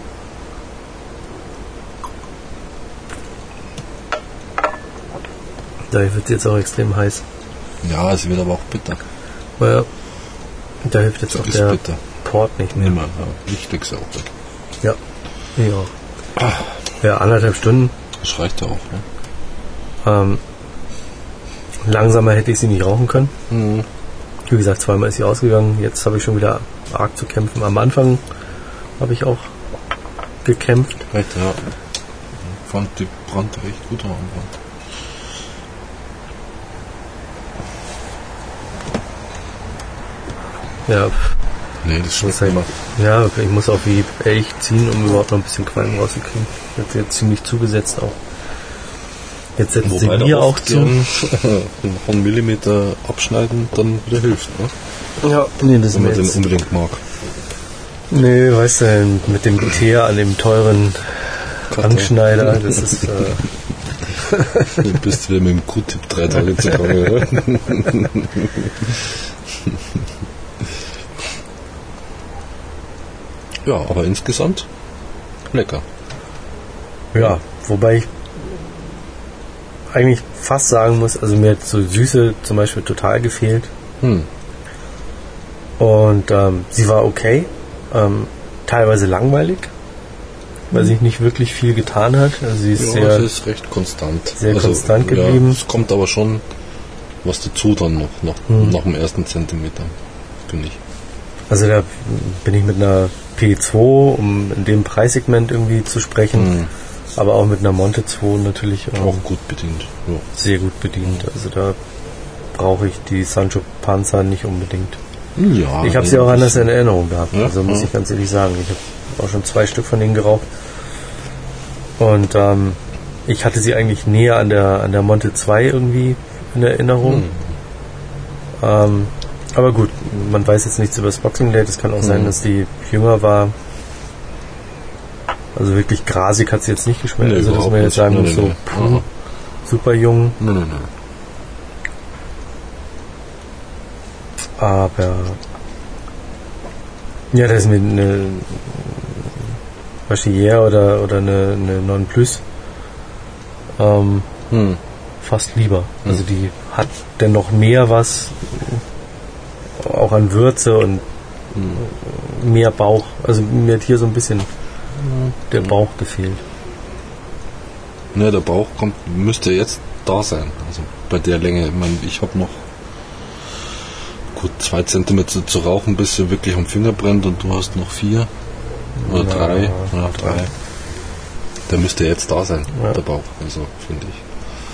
Daher wird sie jetzt auch extrem heiß. Ja, es wird aber auch bitter. Naja, da hilft jetzt auch ist der bitter. Port nicht mehr. Nimmer, ja. Wichtigste auch weg. Ja. Ja. Ja, 1,5 Stunden. Das reicht ja auch, ne? Langsamer hätte ich sie nicht rauchen können. Wie gesagt, zweimal ist sie ausgegangen. Jetzt habe ich schon wieder arg zu kämpfen. Am Anfang habe ich auch gekämpft. Recht, ja. Ich fand die brannte echt gut am Anfang. Ja, Nee, das schmeckt ist halt, immer. ja, ich muss auch wie Elch ziehen, um überhaupt noch ein bisschen Qualm rauszukriegen. Wird jetzt ziemlich zugesetzt auch. Jetzt setzen Wobei sie da mir auch oft zu. gern noch einen Millimeter abschneiden dann wieder hilft, ne? Ja, nee, das Wenn man ist den jetzt. unbedingt mag. Nee, weißt du, mit dem Teer an dem teuren Anschneider, das ist. Dann bist du wieder mit dem Q-Tip 3 Tage zu Gange, oder? Ja, aber insgesamt lecker. Ja, wobei ich eigentlich fast sagen muss, also mir hat so Süße zum Beispiel total gefehlt. Und sie war okay, teilweise langweilig, weil sich nicht wirklich viel getan hat. Also sie ist Ja, es ist recht konstant. sehr konstant geblieben. Ja, es kommt aber schon was dazu dann nach dem ersten Zentimeter, finde ich. Also da bin ich mit einer P2, um in dem Preissegment irgendwie zu sprechen, aber auch mit einer Monte 2 natürlich Auch gut bedient. Ja. sehr gut bedient. Also da brauche ich die Sancho Panza nicht unbedingt. Ja, Ich habe sie auch anders in Erinnerung gehabt, Ja? also muss ich ganz ehrlich sagen. Ich habe auch schon 2 Stück von denen geraucht. Und ich hatte sie eigentlich näher an der Monte 2 irgendwie in Erinnerung. Aber gut, man weiß jetzt nichts über das Boxing Date. Es kann auch sein, dass die jünger war. Also wirklich grasig hat sie jetzt nicht geschmeckt. Nee, Also dass überhaupt man jetzt nicht. sagen Nee, muss, so nee. puh, super jung. Nein. Aber ja, das ist mir eine Bachiller oder eine Non Plus fast lieber. Also die hat dennoch mehr was, auch an Würze und mehr Bauch. Also mir hat hier so ein bisschen der Bauch gefehlt. Ne, der Bauch müsste jetzt da sein. Also bei der Länge. Ich meine, ich habe noch gut 2 Zentimeter zu rauchen, bis sie wirklich am Finger brennt, und du hast noch 4 oder 3. Ja, 3. Der müsste jetzt da sein, der Bauch. Also finde ich.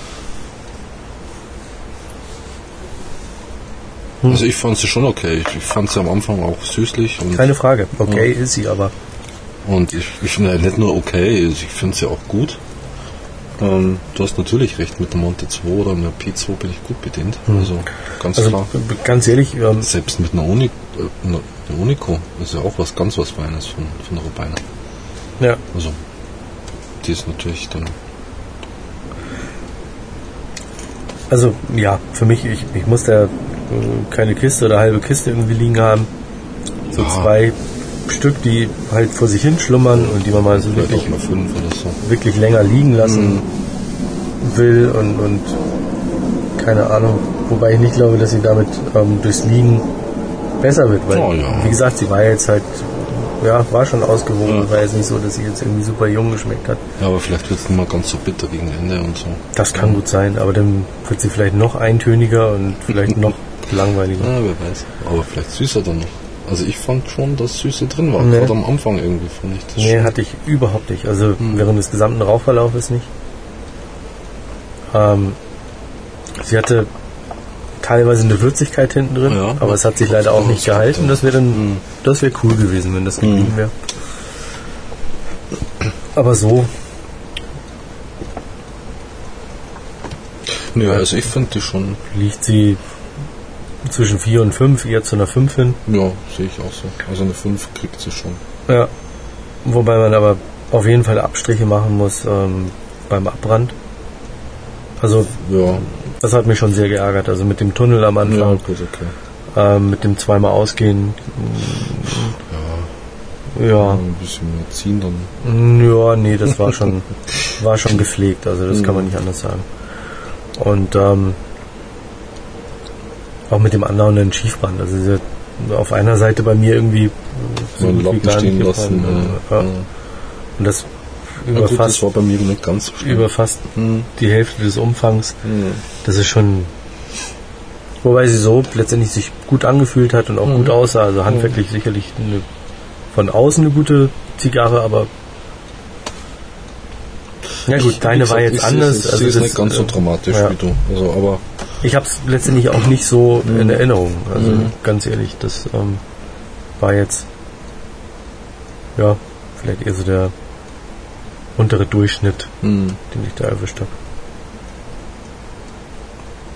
Also ich fand sie schon okay. Ich fand sie am Anfang auch süßlich. Und Keine Frage. Okay ist sie, aber Und ich finde nicht nur okay, ich finde sie auch gut. Du hast natürlich recht, mit der Monte 2 oder einer P2 bin ich gut bedient. Also ganz klar. ganz ehrlich, Selbst mit einer Unico ist ja auch was Feines von Robina. ja. Also die ist natürlich dann... Also ja, für mich, ich muss da keine Kiste oder halbe Kiste irgendwie liegen haben. So Ja. 2 Stück, die halt vor sich hin schlummern und die man mal so Vielleicht wirklich, auch mal 5 oder so. wirklich länger liegen lassen will und keine Ahnung. Wobei ich nicht glaube, dass sie damit durchs Liegen besser wird, weil wie gesagt, sie war jetzt halt, war schon ausgewogen, war jetzt nicht so, dass sie jetzt irgendwie super jung geschmeckt hat. Ja, aber vielleicht wird es nicht mal ganz so bitter gegen Ende und so. Das kann gut sein, aber dann wird sie vielleicht noch eintöniger und vielleicht noch langweiliger. Ja, wer weiß. Aber vielleicht süßer dann noch. Also ich fand schon, dass Süße drin war. Nee. Gerade am Anfang irgendwie fand ich das Nee, schon. hatte ich überhaupt nicht. Also während des gesamten Rauchverlaufes nicht. Sie hatte teilweise eine Würzigkeit hinten drin, Ja, aber es hat sich leider auch nicht gehalten. Das wäre dann, das wäre cool gewesen, wenn das geblieben wäre. Aber so, Nö, also ich finde die schon, liegt sie zwischen 4 und 5, eher zu einer 5 hin. ja, sehe ich auch so. Also eine 5 kriegt sie schon. Ja. Wobei man aber auf jeden Fall Abstriche machen muss beim Abbrand. Also Ja, das hat mich schon sehr geärgert. Also mit dem Tunnel am ja, Anfang, gut, okay. mit dem zweimal Ausgehen. Ja. Ein bisschen mehr ziehen dann. Ja, nee, das war schon gepflegt. Also das kann man nicht anders sagen. Und auch mit dem andauernden Schiefbrand. Also sie hat auf einer Seite bei mir irgendwie So einen gut wie Lappen gar nicht stehen lassen. gefallen. Ja. Und das Ja, über gut, fast das war bei mir nicht ganz so schlimm. über fast die Hälfte des Umfangs. Das ist schon, wobei sie so letztendlich sich gut angefühlt hat und auch gut aussah. Also handwerklich sicherlich von außen eine gute Zigarre, aber ja gut, deine war jetzt anders. Sie ist das, nicht ganz so dramatisch wie du. Also, aber ich habe es letztendlich auch nicht so in Erinnerung. Also ganz ehrlich, das war jetzt vielleicht eher so der untere Durchschnitt, den ich da erwischt habe.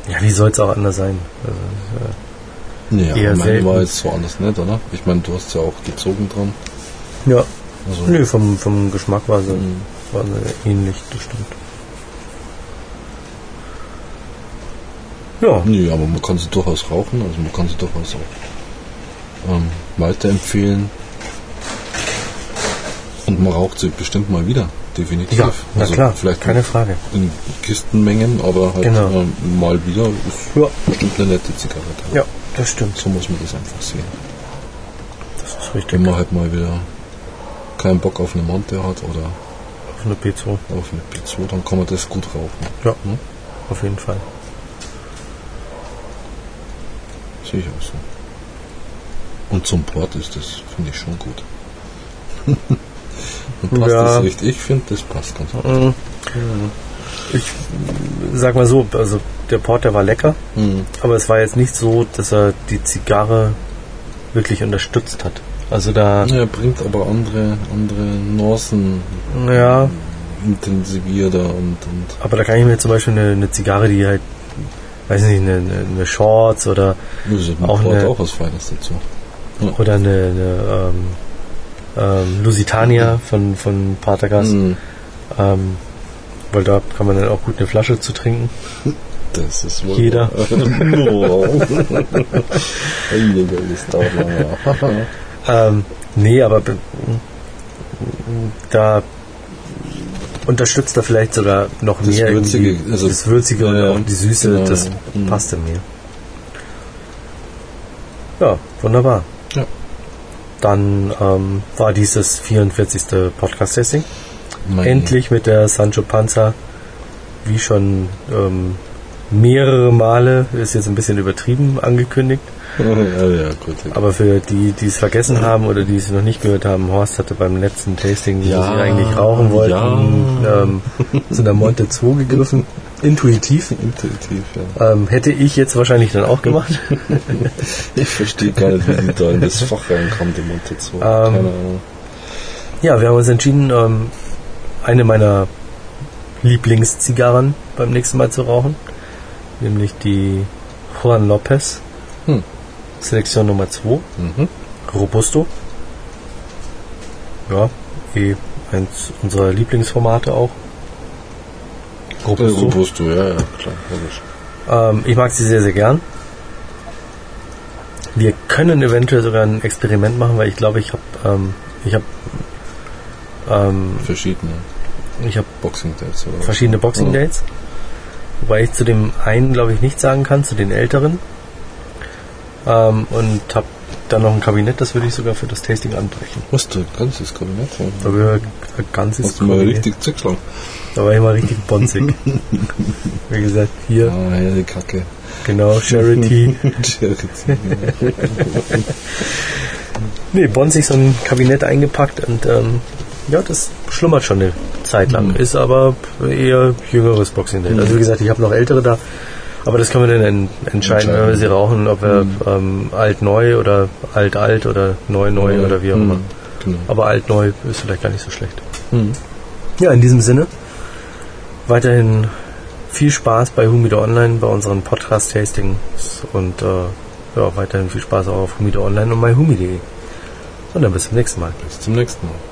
Ja, wie soll es auch anders sein? Also, Ja, eher meine selten. war jetzt so anders nicht, oder? Ich meine, du hast ja auch gezogen dran. ja. Also, Nö, vom Geschmack war sie ähnlich, das stimmt. Ja, nee, aber man kann sie durchaus rauchen, also man kann sie durchaus auch weiterempfehlen. Und man raucht sie bestimmt mal wieder, definitiv. ja, na also klar, vielleicht keine Frage. in Kistenmengen, aber halt Genau. mal wieder ist Ja. bestimmt eine nette Zigarette. Ja, das stimmt. So muss man das einfach sehen. Das ist richtig. Wenn man halt mal wieder keinen Bock auf eine Monte hat oder Auf eine P2. auf eine P2, dann kann man das gut rauchen. Ja, Hm? auf jeden Fall. Sehe ich auch so. Und zum Port ist das, finde ich, schon gut. Und passt Ja. das richtig? Ich finde, das passt ganz gut. Ich sag mal so, also der Port, der war lecker, aber es war jetzt nicht so, dass er die Zigarre wirklich unterstützt hat. Also da, Ja, er bringt aber andere Nuancen ja, intensivierter und aber da kann ich mir zum Beispiel eine Zigarre, die halt, weiß nicht, eine Shorts oder das ist Auch Port eine- auch was Feines dazu. eine Lusitania von Partagast, weil da kann man dann auch gut eine Flasche zu trinken. Das ist wohl Jeder. Wow. Das dauert lange. Nee, aber da unterstützt er vielleicht sogar noch Das mehr Würzige, irgendwie also- das Würzige und ja, auch die Süße, genau, das ja. passte mir. Ja, wunderbar. Ja. Dann war dieses 44. Podcast-Testing. Mein- Endlich mit der Sancho Panza, wie schon mehrere Male, ist jetzt ein bisschen übertrieben angekündigt, Ja, gut. aber für die es vergessen haben oder die es noch nicht gehört haben, Horst hatte beim letzten Tasting, Ja, wo sie eigentlich rauchen wollten, zu der Monte 2 gegriffen, intuitiv. Intuitiv, ja. Hätte ich jetzt wahrscheinlich dann auch gemacht. Ich verstehe gar nicht, wie die da in das Fach reinkommt, die Monte 2. Keine Ahnung. Ja, wir haben uns entschieden, eine meiner Lieblingszigarren beim nächsten Mal zu rauchen, nämlich die Juan Lopez Selektion Nummer 2 Robusto. Ja, eins unserer Lieblingsformate auch. Robusto. Robusto, ja, klar, logisch. Ich mag sie sehr, sehr gern. Wir können eventuell sogar ein Experiment machen, weil ich glaube, ich habe Verschiedene Boxing Dates oder verschiedene Boxing Dates. Wobei ich zu dem einen, glaube ich, nichts sagen kann, zu den älteren. Und habe dann noch ein Kabinett, das würde ich sogar für das Tasting anbrechen. Was, du ganzes Kabinett? Da wäre ein ganzes Hast du mal Kabinett. richtig zugeschlagen? Da war ich mal richtig bonzig. Wie gesagt, hier, Ah, ja, die Kacke. genau, Charity. Charity. Nee, bonzig so ein Kabinett eingepackt und ja, das schlummert schon eine Zeit lang. Ist aber eher jüngeres Boxing Day. Also wie gesagt, ich habe noch ältere da. Aber das können wir dann entscheiden, wenn wir sie rauchen, ob wir alt-neu oder alt-alt oder neu-neu oder wie auch immer. Genau. Aber alt-neu ist vielleicht gar nicht so schlecht. Ja, in diesem Sinne, weiterhin viel Spaß bei Humidor Online, bei unseren Podcast-Tastings und ja, weiterhin viel Spaß auch auf Humidor Online und myhumi.de. Und dann bis zum nächsten Mal. Bis zum nächsten Mal.